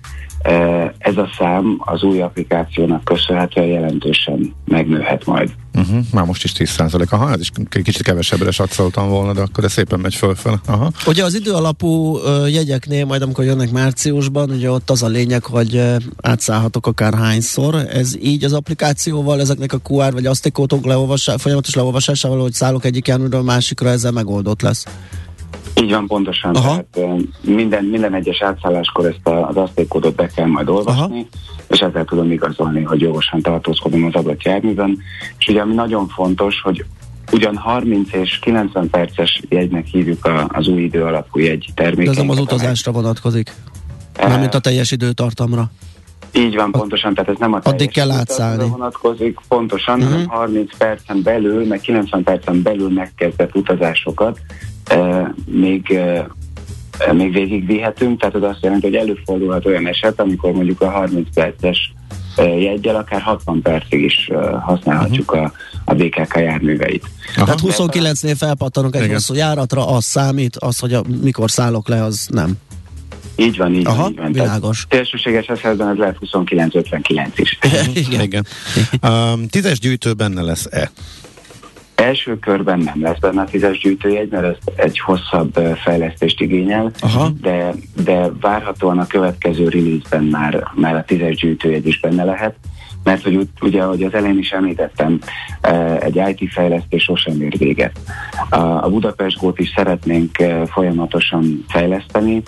Ez a szám az új applikációnak köszönhetően jelentősen megnőhet majd. Uh-huh, már most is tíz százalék. Aha, ez is kicsit kevesebbre satszoltam volna, de akkor ez szépen megy fölfel. Aha. Ugye az idő alapú uh, jegyeknél, majd amikor jönnek márciusban, ugye ott az a lényeg, hogy uh, átszállhatok akár hányszor. Ez így az applikációval, ezeknek a kú ár vagy asztikótok leolvasá, folyamatos leolvasásával, hogy szállok egyik járműről a másikra, ezzel megoldott lesz. Így van, pontosan. Aha. Tehát minden, minden egyes átszálláskor ezt az asztékkódot be kell majd olvasni, aha, és ezzel tudom igazolni, hogy jogosan tartózkodom az adott járműben. És ugye ami nagyon fontos, hogy ugyan harminc és kilencven perces jegynek hívjuk a, az új idő alapú jegy terméket. De ez nem az utazásra vonatkozik? Mármint a teljes időtartamra? Így van, pontosan, tehát ez nem a teljes addig kell átszállni. Vonatkozik, pontosan, uh-huh. hanem harminc percen belül, meg kilencven percen belül megkezdett utazásokat uh, még, uh, még végigvihetünk, tehát az azt jelenti, hogy előfordulhat olyan eset, amikor mondjuk a harminc perces uh, jeggyel akár hatvan percig is uh, használhatjuk uh-huh. a, a bé ká ká járműveit. Aha. Tehát huszonkilencnél felpattanok egy hosszú járatra, az számít, az, hogy a, mikor szállok le, az nem. Így van, így aha, van. Így van. Világos. Szélsőséges esetben ez lehet huszonkilenc ötvenkilenc is. Igen. Igen. Um, tízes gyűjtő benne lesz-e? Első körben nem lesz benne a tízes gyűjtőjegy, mert ez egy hosszabb fejlesztést igényel, aha, de, de várhatóan a következő release-ben már, már a tízes gyűjtőjegy is benne lehet, mert hogy ugye, ahogy az elején is említettem, egy i té fejlesztés sosem ér véget. A Budapest Go-t is szeretnénk folyamatosan fejleszteni,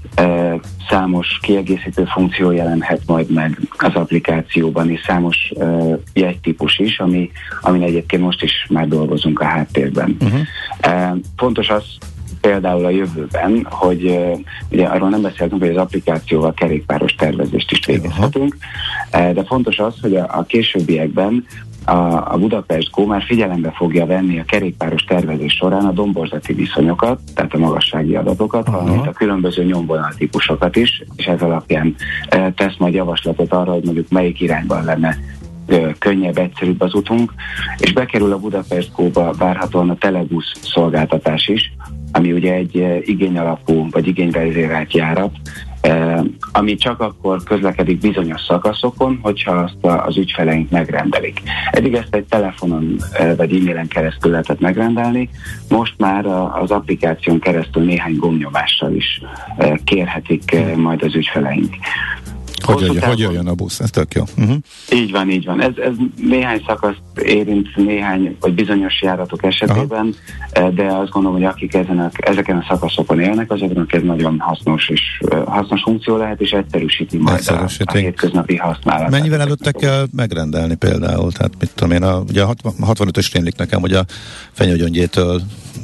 számos kiegészítő funkció jelenhet majd meg az applikációban, és számos jegytípus is, ami, amin egyébként most is már dolgozunk a háttérben. Uh-huh. Fontos az, például a jövőben, hogy uh, ugye arról nem beszéltünk, hogy az applikációval kerékpáros tervezést is végezhetünk, uh, de fontos az, hogy a, a későbbiekben a, a Budapest Go már figyelembe fogja venni a kerékpáros tervezés során a domborzati viszonyokat, tehát a magassági adatokat, uh-huh. valamint a különböző nyomvonal típusokat is, és ez alapján uh, tesz majd javaslatot arra, hogy mondjuk melyik irányban lenne könnyebb, egyszerűbb az utunk, és bekerül a Budapest Go-ba várhatóan a telebusz szolgáltatás is, ami ugye egy igényalapú vagy igényvezérelt járat, ami csak akkor közlekedik bizonyos szakaszokon, hogyha azt az ügyfeleink megrendelik. Eddig ezt egy telefonon vagy e-mailen keresztül lehetett megrendelni, most már az applikáción keresztül néhány gombnyomással is kérhetik majd az ügyfeleink. Hogy, jöjjön, hogy jöjjön a busz, ez tök jó. Uh-huh. Így van, így van. Ez, ez néhány szakaszt érint, néhány, vagy bizonyos járatok esetében, aha, de azt gondolom, hogy akik ezen a, ezeken a szakaszokon élnek, azoknak ez nagyon hasznos és hasznos funkció lehet, és egyszerűsíti majd a, a hétköznapi használatot. Mennyivel előtte kell megrendelni például? Tehát mit tudom én, a, ugye a hatvanötös rémlik nekem, hogy a Fenyőgyöngyétől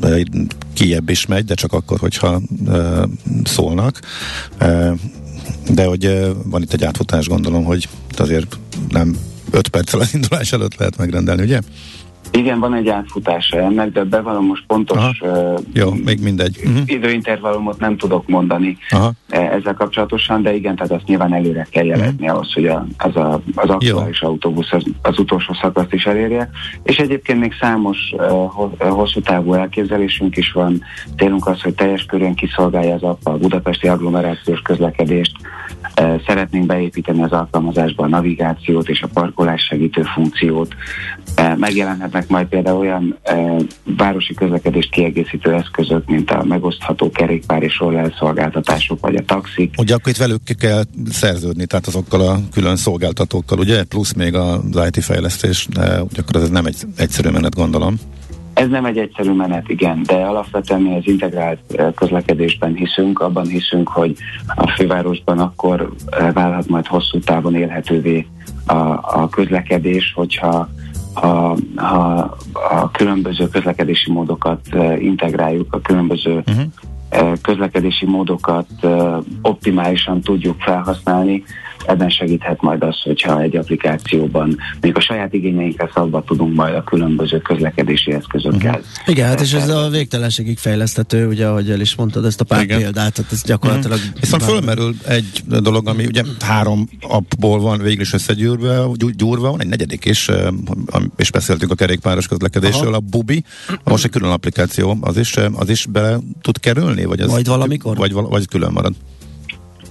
kijebb is megy, de csak akkor, hogyha e, szólnak. E, de hogy van itt egy átfutás, gondolom, hogy azért nem öt perccel az indulás előtt lehet megrendelni, ugye? Igen, van egy átfutása ennek, de bevallom most pontos uh, jó, még mindegy. Uh-huh. időintervallumot nem tudok mondani uh-huh. ezzel kapcsolatosan, de igen, tehát azt nyilván előre kell jelezni uh-huh. ahhoz, hogy a, az, a, az aktuális jó. autóbusz az, az utolsó szakaszt is elérje. És egyébként még számos uh, hosszú távú elképzelésünk is van. Célunk az, hogy teljes körűen kiszolgálja az app a budapesti agglomerációs közlekedést. Uh, szeretnénk beépíteni az alkalmazásba a navigációt és a parkolás segítő funkciót. Uh, megjelenhetnek majd például olyan uh, városi közlekedést kiegészítő eszközök, mint a megosztható kerékpár és roller szolgáltatások, vagy a taxik. Ugye akkor itt velük kell szerződni, tehát azokkal a külön szolgáltatókkal, ugye? Plusz még az i té fejlesztés, de ugye akkor ez nem egy egyszerű menet, gondolom. Ez nem egy egyszerű menet, igen, de alapvetően mi az integrált közlekedésben hiszünk, abban hiszünk, hogy a fővárosban akkor válhat majd hosszú távon élhetővé a, a közlekedés, hogyha ha, ha a különböző közlekedési módokat integráljuk, a különböző uh-huh. közlekedési módokat optimálisan tudjuk felhasználni. Ebben segíthet majd az, hogyha egy applikációban még a saját igényeinkre szabva tudunk majd a különböző közlekedési eszközökkel. Uh-huh. Igen, hát és ez a végtelenségig fejleszthető, ugye, ahogy el is mondtad ezt a pár igen. példát, tehát ez gyakorlatilag... Uh-huh. Viszont fölmerül egy dolog, ami ugye három appból van végül is összegyúrva, gyúrva, van egy negyedik is, és beszéltünk a kerékpáros közlekedésről, aha. a Bubi, most egy külön applikáció, az is, az is bele tud kerülni? Vagy az, majd valamikor? Vagy, vagy külön marad?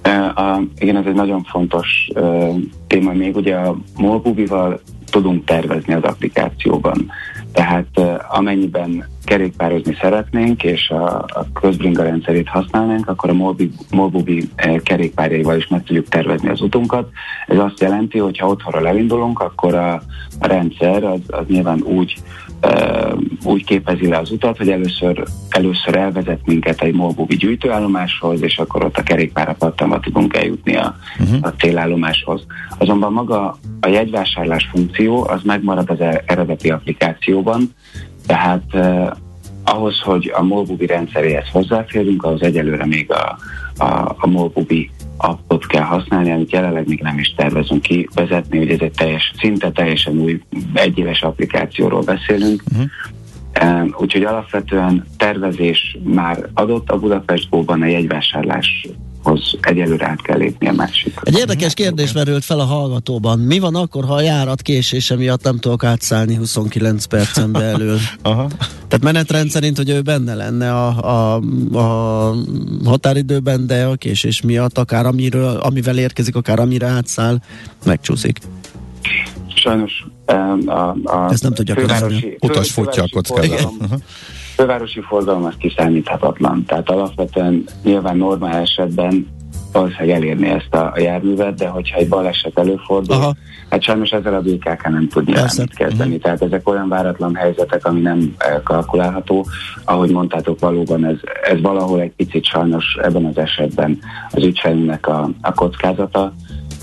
A, igen, ez egy nagyon fontos uh, téma. Még ugye a Molbubival tudunk tervezni az applikációban. Tehát uh, amennyiben kerékpározni szeretnénk, és a, a közbringa rendszerét használnánk, akkor a Molbubi, Molbubi uh, kerékpárjaival is meg tudjuk tervezni az utunkat. Ez azt jelenti, hogy ha otthonról elindulunk, akkor a, a rendszer az, az nyilván úgy Uh, úgy képezi le az utat, hogy először, először elvezet minket egy Molbubi gyűjtőállomáshoz, és akkor ott a kerékpárra pattanva tudunk eljutni a, uh-huh. a célállomáshoz. Azonban maga a jegyvásárlás funkció az megmarad az eredeti applikációban, tehát uh, ahhoz, hogy a Molbubi rendszeréhez hozzáférünk, ahhoz egyelőre még a, a, a Molbubi appot kell használni, amit jelenleg még nem is tervezünk kivezetni, hogy ez egy teljes, szinte teljesen új egyéves applikációról beszélünk. Uh-huh. Um, úgyhogy alapvetően tervezés már adott a Budapest Go-ban, a jegyvásárláshoz egyelőre át kell lépni a másik. Egy érdekes kérdés merült fel a hallgatóban. Mi van akkor, ha a járat késése miatt nem tudok átszállni huszonkilenc percen belül? Aha. Tehát menetrend szerint, hogy ő benne lenne a, a, a határidőben, de a késés miatt akár amiről, amivel érkezik, akár amire átszáll, megcsúszik. Sajnos a, a ezt nem tudja fővárosi, utas futja a kockát. Uh-huh. Fővárosi forgalom az kiszámíthatatlan. Tehát alapvetően nyilván normál esetben valószínűleg elérni ezt a, a járművet, de hogyha egy baleset előfordul, aha, hát sajnos ezzel a bé ká ká nem tud nyilván mit kezdeni. Uh-huh. Tehát ezek olyan váratlan helyzetek, ami nem kalkulálható. Ahogy mondtátok, valóban ez, ez valahol egy picit sajnos ebben az esetben az ügyfelünknek a, a kockázata.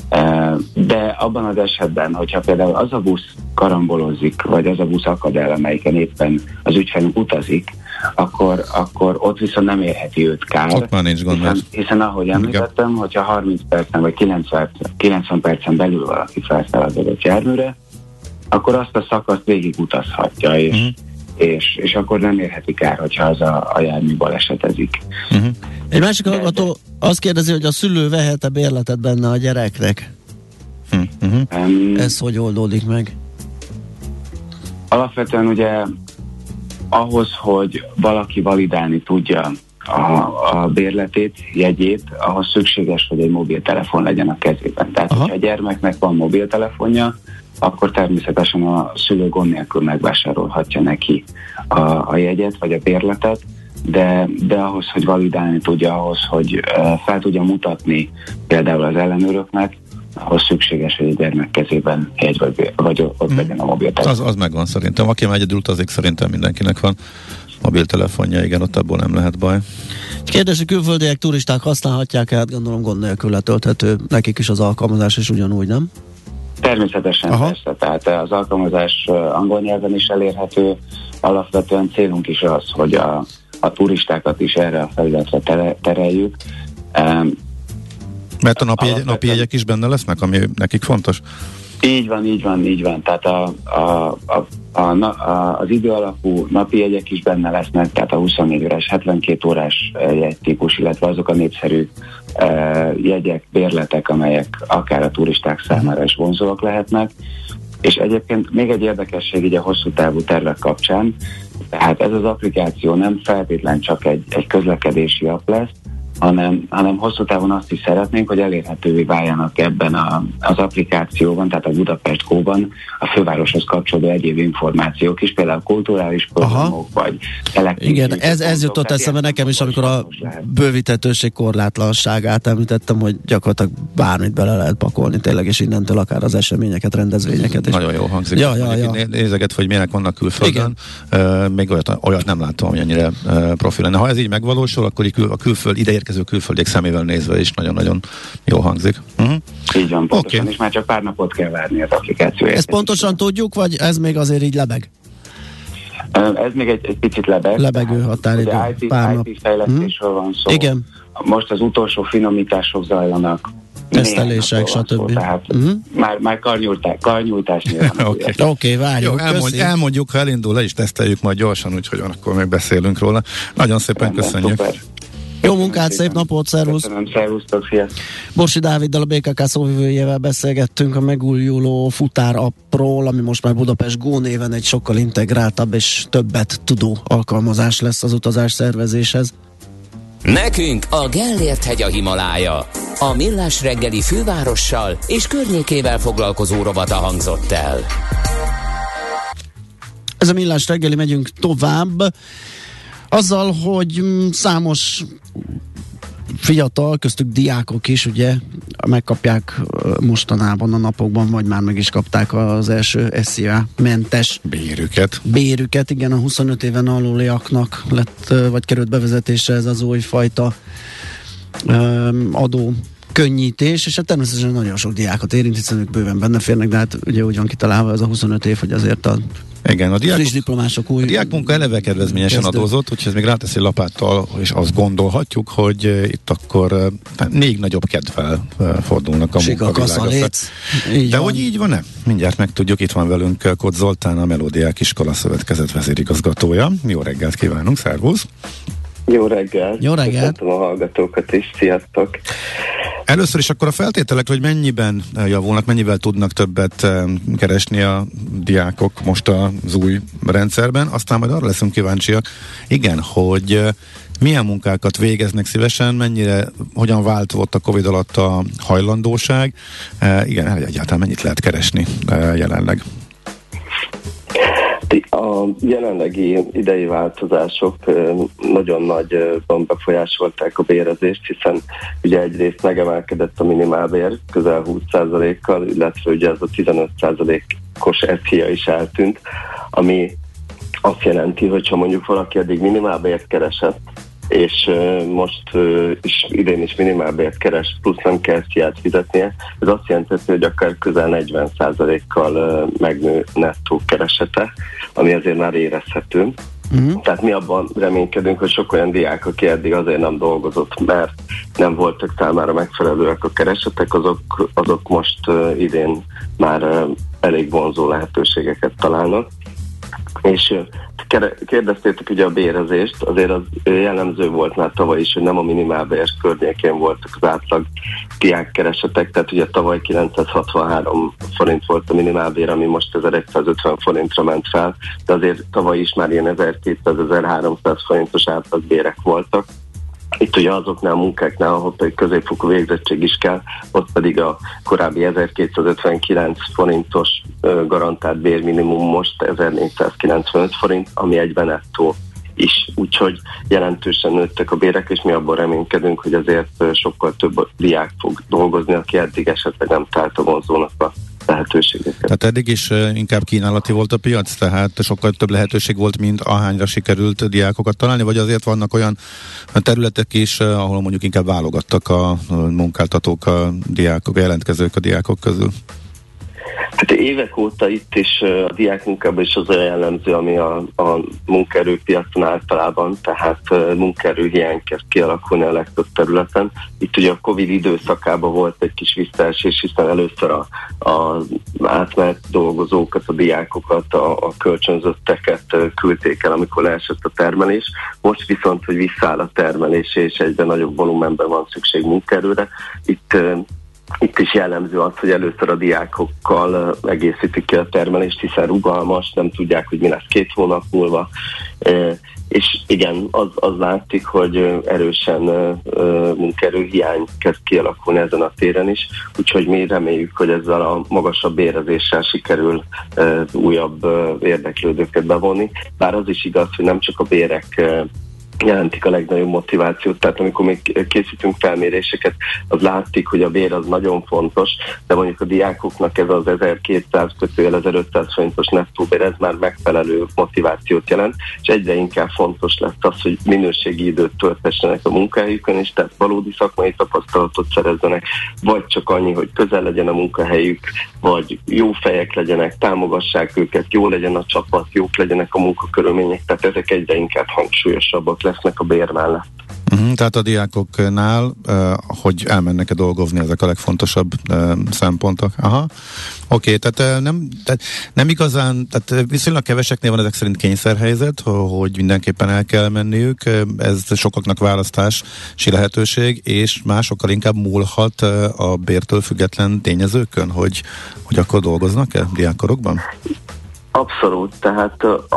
De abban az esetben, hogyha például az a busz karambolozik, vagy az a busz akad el, amelyiken éppen az ügyfelünk utazik, akkor, akkor ott viszont nem érheti őt kár. Ott már nincs gond. Hiszen, hiszen ahogy említettem, hogyha harminc percen vagy kilencven percen belül valaki felszáll az adott járműre, akkor azt a szakaszt végig utazhatja, és, uh-huh. és, és akkor nem érheti kár, hogyha az a, a jármű balesetezik. Uh-huh. Egy másik hallgató azt kérdezi, hogy a szülő vehet-e bérletet benne a gyereknek? Uh-huh. Um, Ez hogy oldódik meg? Alapvetően ugye ahhoz, hogy valaki validálni tudja a, a bérletét, jegyét, ahhoz szükséges, hogy egy mobiltelefon legyen a kezében. Tehát, aha, hogyha a gyermeknek van mobiltelefonja, akkor természetesen a szülő gond nélkül megvásárolhatja neki a, a jegyet, vagy a bérletet, de, de ahhoz, hogy validálni tudja, ahhoz, hogy uh, fel tudja mutatni például az ellenőröknek, ahhoz szükséges, hogy a gyermek kezében egy vagy, vagy ott legyen a mobiltelefon. Az, az megvan szerintem. Aki már egyedül utazik, szerintem mindenkinek van mobiltelefonja, igen, ott abból nem lehet baj. Kérdés, hogy külföldiek, turisták használhatják, hát gondolom gond nélkül letölthető, nekik is az alkalmazás is ugyanúgy, nem? Természetesen, aha, persze, tehát az alkalmazás angol nyelven is elérhető, alapvetően célunk is az, hogy a, a turistákat is erre a felületre tere, tereljük. Um, Mert a napi, jegy, napi jegyek is benne lesznek, ami nekik fontos? Így van, így van, így van. Tehát a, a, a, a, a, az idő alapú napi jegyek is benne lesznek, tehát a huszonnégy órás, hetvenkét órás jegytípus, illetve azok a népszerű uh, jegyek, bérletek, amelyek akár a turisták számára is vonzóak lehetnek. És egyébként még egy érdekesség így a hosszú távú tervek kapcsán, tehát ez az applikáció nem feltétlen csak egy, egy közlekedési app lesz, hanem, hanem hosszú távon azt is szeretnénk, hogy elérhetővé váljanak ebben a, az applikációban, tehát a Budapest Go-ban a fővároshoz kapcsolódó egyéb információk is, például kulturális programok, vagy elektronikus. Igen, ez, ez jutott eszembe nekem is, amikor a bővítetőség korlátlanságát említettem, hogy gyakorlatilag bármit bele lehet pakolni tényleg, és innentől akár az eseményeket, rendezvényeket. És nagyon jó hangzik. Ja, ja, ja. Nézeget, hogy milyenek vannak külföldön. Uh, még olyat, olyat nem láttam, hogy ennyire uh, profi lenne. Ha ez így megvalósul, akkor így kül, a külföld ide érkező külföldiek szemével nézve is nagyon-nagyon jó hangzik. Uh-huh. Így van, pontosan, okay. És már csak pár napot kell várni az applikációért. Ezt pontosan tudjuk, vagy ez még azért így lebeg? Ez még egy, egy picit lebeg. Lebegő határidő. Ugye I T, pár nap. I T fejlesztésről hmm. van szó. Igen. Most az utolsó finomítások zajlanak. Tesztelések, stb. Tehát uh-huh. már, már karnyújtás, karnyújtás nyilván. Oké, okay. okay, várjuk. Jó, elmond, elmondjuk, ha elindul, le is teszteljük majd gyorsan, úgyhogy akkor meg beszélünk róla. Nagyon szépen rendben, köszönjük. Szuper. Jó munkát, szép napot, szervusz! Köszönöm, szervusztok, sziasztok! Borsi Dáviddal, a bé ká ká szóvivőjével beszélgettünk a megújuló futár appról, ami most már Budapest Go néven egy sokkal integráltabb és többet tudó alkalmazás lesz az utazás szervezéshez. Nekünk a Gellért hegy a Himalája. A Millás reggeli fővárossal és környékével foglalkozó rovata hangzott el. Ez a Millás reggeli, megyünk tovább. Azzal, hogy számos fiatal, köztük diákok is, ugye, megkapják mostanában a napokban, vagy már meg is kapták az első es zé á-mentes bérüket. Bérüket, igen, a huszonöt éven aluliaknak lett, vagy került bevezetésre ez az újfajta um, adó könnyítés, és hát természetesen nagyon sok diákot érint, hiszen ők bőven benne férnek, de hát ugye úgy van kitalálva ez a huszonöt év, hogy azért a igen, a diák, friss diplomások új... A diákmunka eleve kedvezményesen kezdő. Adózott, úgyhogy ez még ráteszi lapáttal, és azt gondolhatjuk, hogy uh, itt akkor uh, még nagyobb kedvel uh, fordulnak a munkavilága. De van. Hogy így van-e? Mindjárt megtudjuk, itt van velünk Kocz Zoltán, a Melódiák Iskola Szövetkezet vezérigazgatója. Jó reggelt kívánunk, szervusz! Jó reggelt! Jó reggelt! Köszöntöm a hallgatókat is, sziasztok! Először is akkor a feltételek, hogy mennyiben javulnak, mennyivel tudnak többet keresni a diákok most az új rendszerben, aztán majd arra leszünk kíváncsiak, igen, hogy milyen munkákat végeznek szívesen, mennyire, hogyan változott a Covid alatt a hajlandóság, igen, egyáltalán mennyit lehet keresni jelenleg. A jelenlegi idei változások nagyon nagyban befolyásolták a bérezést, hiszen ugye egyrészt megemelkedett a minimálbér közel húsz százalékkal, illetve ugye ez a tizenöt százalékos es zé á is eltűnt, ami azt jelenti, hogy ha mondjuk valaki eddig minimálbért keresett, és uh, most uh, is idén is minimálbért keres, plusz nem kell es zé á-t fizetnie. Ez azt jelenti, hogy akár közel negyven százalékkal uh, megnő nettó keresete, ami azért már érezhető. Uh-huh. Tehát mi abban reménykedünk, hogy sok olyan diák, aki eddig azért nem dolgozott, mert nem voltak számára megfelelőek a keresetek, azok, azok most uh, idén már uh, elég vonzó lehetőségeket találnak. És kérdeztétek ugye a bérezést, azért az jellemző volt már tavaly is, hogy nem a minimálbér környékén voltak az átlag diákkeresetek, tehát ugye tavaly kilencszázhatvanhárom forint volt a minimálbér, ami most ezeregyszázötven forintra ment fel, de azért tavaly is már ilyen ezerkétszáz-ezerháromszáz forintos átlagbérek voltak. Itt ugye azoknál a munkáknál, ahol pedig középfokú végzettség is kell, ott pedig a korábbi ezerkétszázötvenkilenc forintos garantált bérminimum most ezernégyszázkilencvenöt forint, ami egyben nettó is. Úgyhogy jelentősen nőttek a bérek, és mi abban reménykedünk, hogy azért sokkal több diák fog dolgozni, aki eddig esetleg nem talált a vonzónak a lehetőségeket. Tehát eddig is inkább kínálati volt a piac, tehát sokkal több lehetőség volt, mint ahányra sikerült diákokat találni, vagy azért vannak olyan területek is, ahol mondjuk inkább válogattak a munkáltatók, a diákok, a jelentkezők a diákok közül? Hát évek óta itt is a diákmunkában is az olyan jellemző, ami a, a munkaerőpiacon általában, tehát munkaerőhiány kezd kialakulni a legtöbb területen. Itt ugye a Covid időszakában volt egy kis visszaesés, hiszen először a, a átmenet dolgozókat, a diákokat, a, a kölcsönzötteket küldték el, amikor leesett a termelés. Most viszont, hogy visszaáll a termelés, és egyben nagyobb volumenben van szükség munkaerőre, itt Itt is jellemző az, hogy először a diákokkal egészítik ki a termelést, hiszen rugalmas, nem tudják, hogy mi lesz két hónap múlva. És igen, az, az látszik, hogy erősen munkaerőhiány kezd kialakulni ezen a téren is, úgyhogy mi reméljük, hogy ezzel a magasabb bérezéssel sikerül újabb érdeklődőket bevonni. Bár az is igaz, hogy nem csak a bérek jelentik a legnagyobb motivációt, tehát amikor még készítünk felméréseket, az látszik, hogy a bér az nagyon fontos, de mondjuk a diákoknak ez az ezerkétszáz kötőjel ezerötszáz forintos nettóbér, ez már megfelelő motivációt jelent, és egyre inkább fontos lesz az, hogy minőségi időt töltessenek a munkahelyükön, és tehát valódi szakmai tapasztalatot szerezzenek, vagy csak annyi, hogy közel legyen a munkahelyük, vagy jó fejek legyenek, támogassák őket, jó legyen a csapat, jók legyenek a munkakörülmények, tehát ezek egyre inkább hangsúlyosabbak lesznek a bér mellett. Uh-huh, tehát a diákoknál, uh, hogy elmennek-e dolgozni, ezek a legfontosabb uh, szempontok. Aha. Oké, okay, tehát, uh, nem, tehát nem igazán, tehát viszonylag keveseknél van ezek szerint kényszerhelyzet, hogy mindenképpen el kell menniük, ez sokaknak választási lehetőség, és másokkal inkább múlhat uh, a bértől független tényezőkön, hogy, hogy akkor dolgoznak-e diákkorokban? Abszolút, tehát az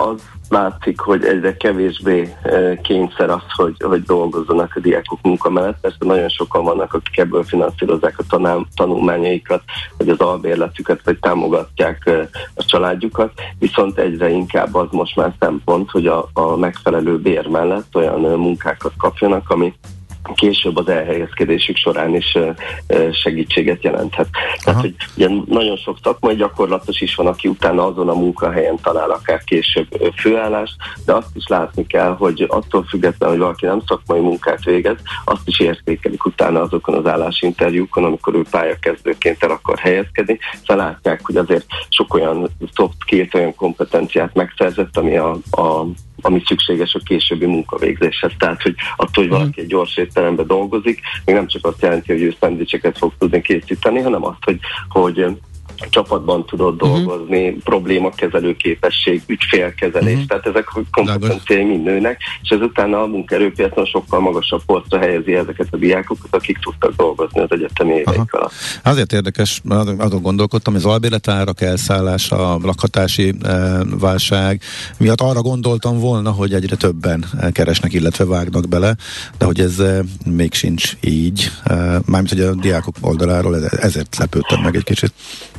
látszik, hogy egyre kevésbé kényszer az, hogy, hogy dolgozzanak a diákok munka mellett. Persze nagyon sokan vannak, akik ebből finanszírozzák a tanál, tanulmányaikat, vagy az albérletüket, vagy támogatják a családjukat, viszont egyre inkább az most már szempont, hogy a, a megfelelő bér mellett olyan munkákat kapjanak, ami később az elhelyezkedésük során is segítséget jelenthet. Aha. Tehát, hogy ugye nagyon sok szakmai gyakorlatos is van, aki utána azon a munkahelyen talál akár később főállást, de azt is látni kell, hogy attól függetlenül, hogy valaki nem szakmai munkát végez, azt is értékelik utána azokon az állásinterjúkon, amikor ő pályakezdőként el akar helyezkedni, szóval látják, hogy azért sok olyan soft skills, olyan kompetenciát megszerzett, ami a, a ami szükséges a későbbi munkavégzéshez. Tehát, hogy attól, hogy valaki egy gyors étteremben dolgozik, még nem csak azt jelenti, hogy ő szendvicseket fog tudni készíteni, hanem azt, hogy, hogy csapatban tudod dolgozni, uh-huh. problémakezelő képesség, ügyfélkezelés, uh-huh. tehát ezek kompetenciái mind nőnek, és ezután a munkaerőpiacon sokkal magasabb posztra helyezi ezeket a diákokat, akik tudtak dolgozni az egyetemi éveik alatt. Azért érdekes, azon gondolkodtam, hogy az albérletárak elszállása, a lakhatási e, válság miatt arra gondoltam volna, hogy egyre többen keresnek, illetve vágnak bele, de hogy ez e, még sincs így. E, mármint, hogy a diákok oldaláról ezért lepődtem meg egy kicsit.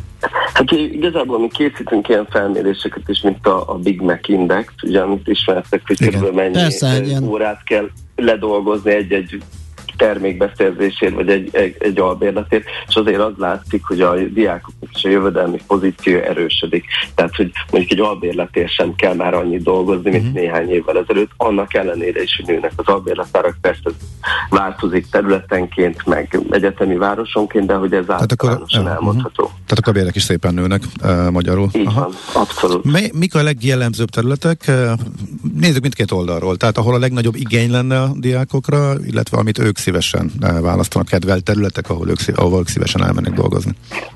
Hát igazából mi készítünk ilyen felméréseket is, mint a, a Big Mac Index, ugye, amit ismertek, hogy körülbelül mennyi Persze, órát kell ledolgozni egy-egy termékbeszerzésért, vagy egy, egy, egy albérletért, és azért az látszik, hogy a diákoknak is a jövedelmi pozíció erősödik. Tehát, hogy mondjuk egy albérletért sem kell már annyit dolgozni, mint uh-huh. néhány évvel ezelőtt, annak ellenére is, hogy nőnek az albérletárak, persze változik területenként, meg egyetemi városonként, de hogy ez általánosan elmondható. Uh-huh. Tehát a bérek is szépen nőnek uh, magyarul. Így Aha. van, abszolút. Mi, mik a legjellemzőbb területek? Nézzük mindkét oldalról. Tehát ahol a legnagyobb igény lenne a diákokra, illetve amit ők szívesen választanak, kedvelt területek, ahol ők, ahol ők szívesen elmennek dolgozni.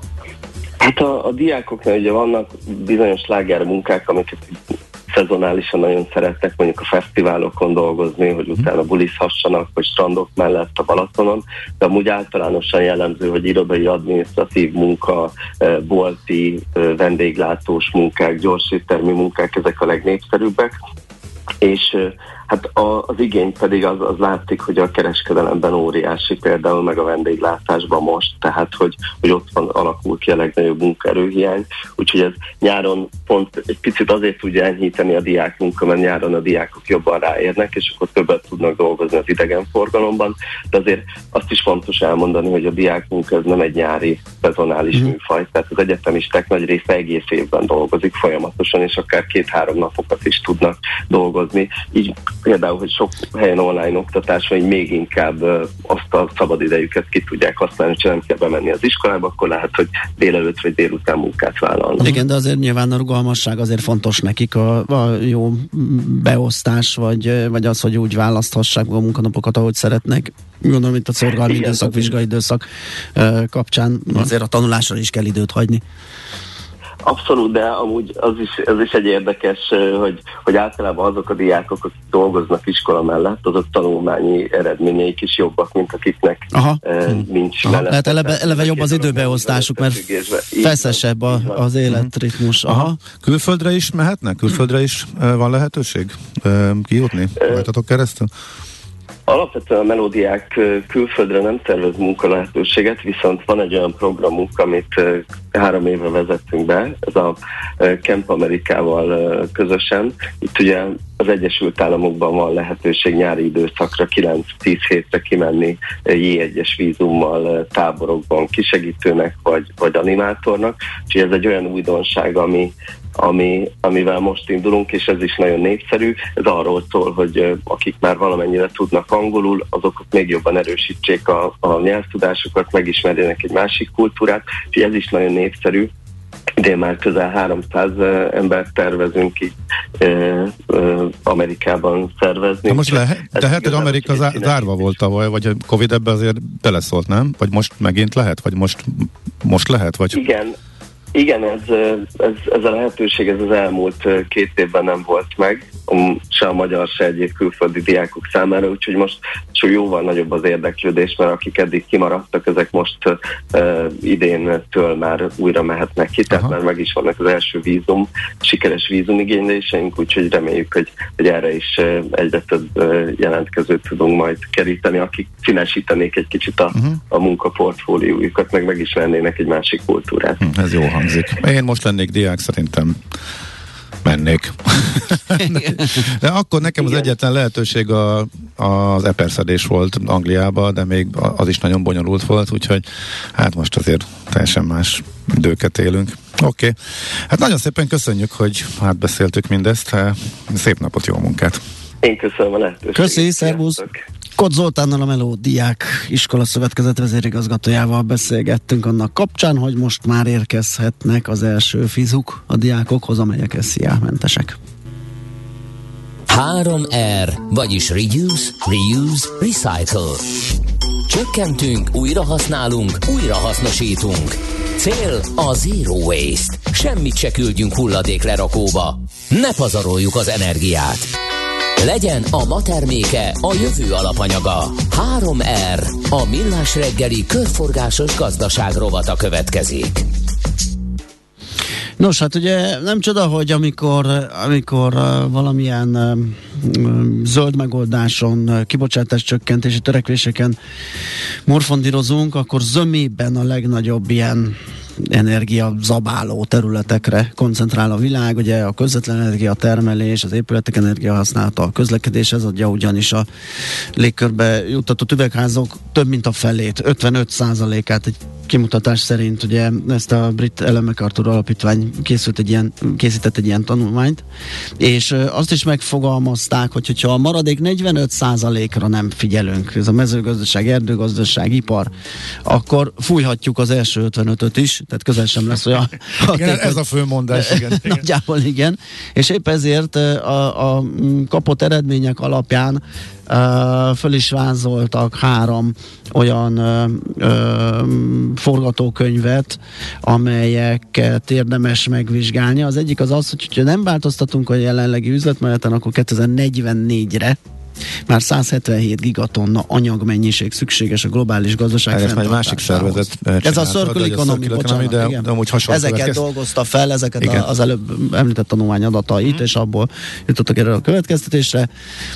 Hát a, a diákoknál ugye vannak bizonyos sláger munkák, amiket szezonálisan nagyon szeretnek, mondjuk a fesztiválokon dolgozni, hogy utána bulizhassanak, vagy strandok mellett a Balatonon, de amúgy általánosan jellemző, hogy irodai adminisztratív munka, bolti, vendéglátós munkák, gyorséttermi munkák, ezek a legnépszerűbbek, és hát az igény pedig az, az látszik, hogy a kereskedelemben óriási, például meg a vendéglátásban most, tehát hogy, hogy ott van, alakul ki a legnagyobb munkaerőhiány, úgyhogy ez nyáron pont egy picit azért tudja enyhíteni a diák munka, mert nyáron a diákok jobban ráérnek, és akkor többet tudnak dolgozni az idegenforgalomban, de azért azt is fontos elmondani, hogy a diák munka ez nem egy nyári szezonális mm. műfaj, tehát az egyetemisták nagy része egész évben dolgozik folyamatosan, és akár két-három napokat is tudnak dolgozni, így például, hogy sok helyen online oktatás van, hogy még inkább azt a szabadidejüket ki tudják használni, hogyha nem kell bemenni az iskolába, akkor lehet, hogy délelőtt vagy délután munkát vállalnak. Igen, de azért nyilván a rugalmasság azért fontos nekik, a, a jó beosztás, vagy, vagy az, hogy úgy választhassák a munkanapokat, ahogy szeretnek. Gondolom, itt a szorgalmi Igen, időszak, vizsgai időszak kapcsán azért a tanulásra is kell időt hagyni. Abszolút, de amúgy az is, az is egy érdekes, hogy, hogy általában azok a diákok, akik dolgoznak iskola mellett, azok tanulmányi eredményeik is jobbak, mint akiknek Aha. E, nincs Aha. mellett. Tehát eleve, eleve jobb az időbeosztásuk, mert feszesebb a, az életritmus. Aha. Aha. Külföldre is mehetnek? Külföldre is van lehetőség kijutni? Rajtatok keresztül? Alapvetően a melódiák külföldre nem tervez munkalehetőséget, viszont van egy olyan programunk, amit három éve vezettünk be, ez a Camp Amerikával közösen. Itt ugye az Egyesült Államokban van lehetőség nyári időszakra kilenc-tíz hétre kimenni jé egyes vízummal táborokban kisegítőnek vagy, vagy animátornak. Úgyhogy ez egy olyan újdonság, ami Ami, amivel most indulunk, és ez is nagyon népszerű. Ez arról szól, hogy akik már valamennyire tudnak angolul, azok még jobban erősítsék a, a nyelvtudásukat, megismerjenek egy másik kultúrát, és ez is nagyon népszerű. Idén már közel háromszáz embert tervezünk így e, e, Amerikában szervezni. Na most lehet, lehet, hogy Amerika zá- zárva volt tavaly, vagy a Covid ebbe azért beleszólt, nem? Vagy most megint lehet? Vagy most, most lehet? Vagy... Igen. Igen, ez, ez, ez a lehetőség ez az elmúlt két évben nem volt meg, se a magyar, se egyéb külföldi diákok számára, úgyhogy most csak jóval nagyobb az érdeklődés, mert akik eddig kimaradtak, ezek most uh, idéntől már újra mehetnek ki, tehát Aha. már meg is vannak az első vízum, sikeres vízumigényléseink, úgyhogy reméljük, hogy, hogy erre is uh, egyre több uh, jelentkezőt tudunk majd keríteni, akik színesítenék egy kicsit a, uh-huh. a munkaportfóliójukat, meg megismernének egy másik kultúrát. Hm, ez jó hangzik. Én most lennék diák, szerintem mennék. De akkor nekem Igen. az egyetlen lehetőség a, az eperszedés volt Angliában, de még az is nagyon bonyolult volt, úgyhogy hát most azért teljesen más időket élünk. Oké. Okay. Hát nagyon szépen köszönjük, hogy hát beszéltük mindezt. Szép napot, jó munkát! Én köszönöm a lehetőséget. Köszi, szervusz! Kocz Zoltánnal, a Meló Diák Iskola Szövetkezet vezérigazgatójával beszélgettünk annak kapcsán, hogy most már érkezhetnek az első fizuk a diákokhoz, amelyek es zé á-mentesek. három er, vagyis Reduce, Reuse, Recycle. Csökkentünk, újrahasználunk, újrahasznosítunk. Cél a Zero Waste. Semmit se küldjünk hulladéklerakóba. Ne pazaroljuk az energiát. Legyen a ma terméke a jövő alapanyaga. három er, a Millás reggeli körforgásos gazdaság rovata következik. Nos, hát ugye nem csoda, hogy amikor, amikor uh, valamilyen uh, zöld megoldáson, uh, kibocsátás csökkentési törekvéseken morfondírozunk, akkor zömében a legnagyobb ilyen energia zabáló területekre koncentrál a világ, ugye a közvetlen energia termelés, az épületek energia használata, a közlekedés, ez adja ugyanis a légkörbe juttatott üvegházok több mint a felét, ötvenöt százalékát egy kimutatás szerint, ugye ezt a Brit Ellen MacArthur Alapítvány készült egy ilyen, készített egy ilyen tanulmányt, és azt is megfogalmazták, hogy hogyha a maradék negyvenöt százalékra nem figyelünk, ez a mezőgazdaság, erdőgazdaság, ipar, akkor fújhatjuk az első ötvenötöt is, tehát közel sem lesz olyan. Igen, ez a fő mondás, igen. igen. Nagyjából igen, és épp ezért a, a kapott eredmények alapján Uh, föl is vázoltak három olyan uh, uh, forgatókönyvet, amelyeket érdemes megvizsgálni. Az egyik az az, hogy ha nem változtatunk a jelenlegi üzletmeneten, akkor kétezer-negyvennégyre már száz hetvenhét gigatonna anyagmennyiség szükséges a globális gazdaság fenntartásához. Ez másik szervezet. Ez a Circle Economy, bocsánat, de, igen. de amúgy hasonló. Ezeket dolgozta fel, ezeket a, az előbb említett tanulmány adatait, mm. és abból jutottak erre a következtetésre.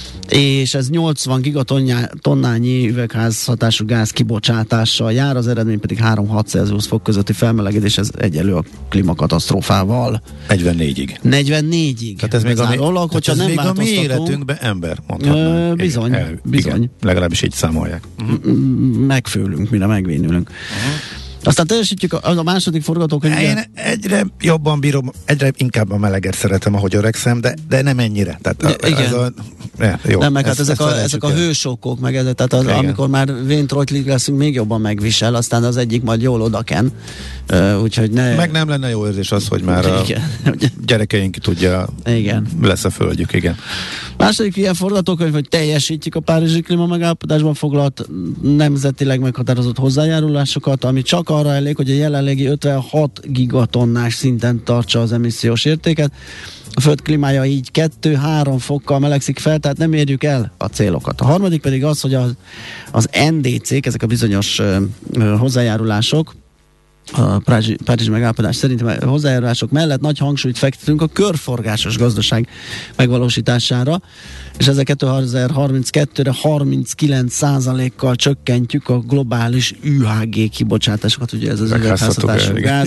És ez nyolcvan gigatonnányi üvegházhatású gáz kibocsátással jár, az eredmény pedig három-hat Celsius fok közötti felmelegedés, ez egyelő a klímakatasztrófával. negyvennégyig. negyvennégyig. Tehát ez még a, rólag, tehát ez még a mi életünkben ember, mondhatnánk. Bizony, igen, el, bizony. Igen, legalábbis így számolják. Uh-huh. Megfőlünk, mire megvénülünk. Uh-huh. Aztán teljesítjük a, a második forgatókönyv. Én egyre jobban bírom, egyre inkább a meleget szeretem, ahogy öregszem, de, de nem ennyire. Tehát a, igen. Ez a, ja, jó, nem, meg hát ezt, ezek, ezt a, ezek a hősokkok, meg ez, tehát az, amikor már véntrojtlig leszünk, még jobban megvisel, aztán az egyik majd jól odaken. Uh, úgyhogy ne... Meg nem lenne jó érzés az, hogy már a gyerekeink tudja, igen. lesz a földjük, igen. Második ilyen forgatókönyv, hogy teljesítjük a Párizsi klíma megállapodásban foglalt nemzetileg meghatározott hozzájárulásokat, ami csak arra elég, hogy a jelenlegi ötvenhat gigatonnás szinten tartsa az emissziós értéket. A föld klímája így kettő-három fokkal melegszik fel, tehát nem érjük el a célokat. A harmadik pedig az, hogy az, az en dé cé-k, ezek a bizonyos ö, ö, hozzájárulások, a Párizsi, Párizsi megállapodás szerint hozzájárulások mellett nagy hangsúlyt fektetünk a körforgásos gazdaság megvalósítására, és ezzel kétezer-harminckettőre harminckilenc százalékkal csökkentjük a globális ü há gé kibocsátásokat, ugye ez az üvegházhatású gáz,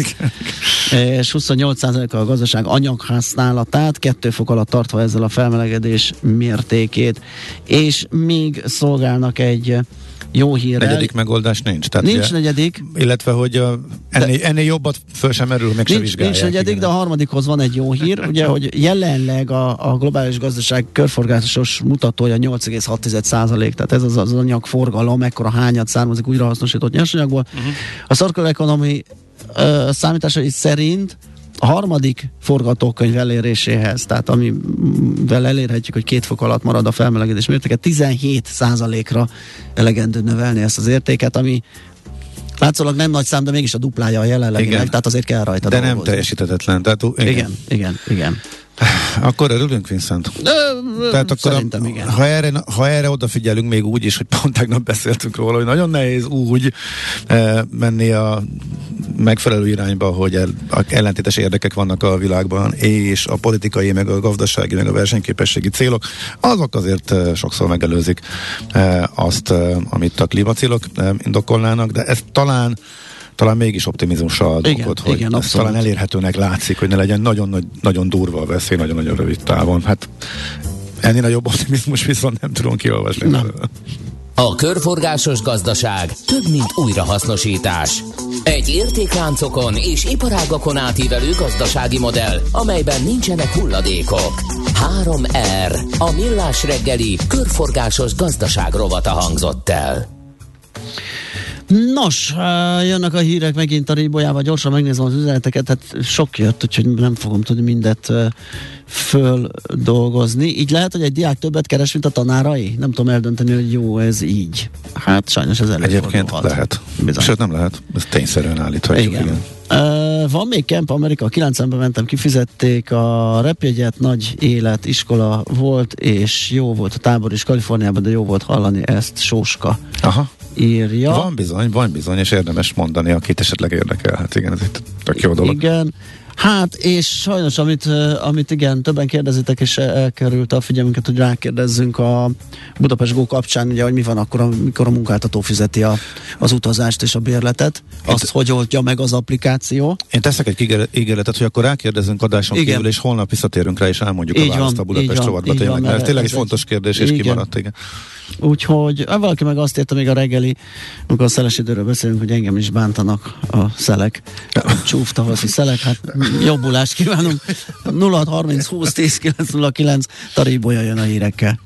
és huszonnyolc százalékkal a gazdaság anyaghasználatát, kettő fok alatt tartva ezzel a felmelegedés mértékét, és még szolgálnak egy jó hírrel. Negyedik megoldás nincs. Tehát nincs ugye, negyedik. Illetve, hogy a, ennél, ennél jobbat föl sem merül, meg se vizsgálják. Nincs negyedik, igen. De a harmadikhoz van egy jó hír, ugye, hogy jelenleg a, a globális gazdaság körforgásos mutatója nyolc egész hat százalék, tehát ez az, az anyagforgalom, ekkora hányat származik újrahasznosított nyersanyagból. Uh-huh. A Circle Economy uh, számításai szerint a harmadik forgatókönyv eléréséhez, tehát amivel elérhetjük, hogy két fok alatt marad a felmelegedés mértéke, tizenhét százalékra elegendő növelni ezt az értéket, ami látszólag nem nagy szám, de mégis a duplája a jelenleginek, tehát azért kell rajta de dolgozni. nem teljesíthetetlen. Tehát, igen. igen, igen, igen. Akkor örülünk, Vincent? De, Tehát akkor szerintem igen. Ha erre, ha erre odafigyelünk még úgy is, hogy pont tegnap beszéltünk róla, hogy nagyon nehéz úgy eh, menni a megfelelő irányba, hogy el, ellentétes érdekek vannak a világban, és a politikai, meg a gazdasági, meg a versenyképességi célok, azok azért eh, sokszor megelőzik eh, azt, eh, amit a klímacélok eh, indokolnának, de ez talán talán mégis optimizmussal ad okot, hogy igen, ez talán elérhetőnek látszik, hogy ne legyen nagyon, nagyon durva a veszély, nagyon-nagyon rövid távon. Hát ennél nagyobb optimizmus viszont nem tudom kiolvasni. Na. A körforgásos gazdaság több, mint újrahasznosítás. Egy értékláncokon és iparágakon átívelő gazdasági modell, amelyben nincsenek hulladékok. három er, a millás reggeli körforgásos gazdaság rovata hangzott el. Nos, jönnek a hírek megint a Ribolyával, gyorsan megnézem az üzeneteket, hát sok jött, úgyhogy nem fogom tudni mindet földolgozni. Így lehet, hogy egy diák többet keres, mint a tanárai? Nem tudom eldönteni, hogy jó ez így. Hát sajnos ez előfordulhat. Egyébként lehet. Bizony. Sőt, nem lehet. Ez tényszerűen állíthatjuk. Igen. igen. Uh, van még Camp America, kilencvenben mentem, kifizették a repjegyet, nagy élet, iskola volt, és jó volt a tábor is Kaliforniában, de jó volt hallani ezt, Sóska Aha. írja. Van bizony, van bizony, és érdemes mondani, akit esetleg érdekel. Hát igen, ez itt tök jó dolog. Igen. Hát, és sajnos, amit, amit igen, többen kérdezitek, és elkerült a figyelmünket, hogy rákérdezzünk a Budapest Go kapcsán, ugye, hogy mi van akkor, amikor a munkáltató fizeti a, az utazást és a bérletet, azt, Itt, hogy oldja meg az applikáció. Én teszek egy ígéretet, hogy akkor rákérdezünk adáson igen. kívül, és holnap visszatérünk rá, és elmondjuk így a választ van, a Budapest rovatba tényleg, mert ez tényleg egy fontos kérdés, és igen. kimaradt, igen. Úgyhogy valaki meg azt érte még a reggeli, amikor a szeles időről beszélünk, hogy engem is bántanak a szelek, a csúf tavaszi szelek, hát jobbulást kívánunk. nulla hat harminc húsz tíz kilenc nulla kilenc, Tari Bolya jön a hírekkel.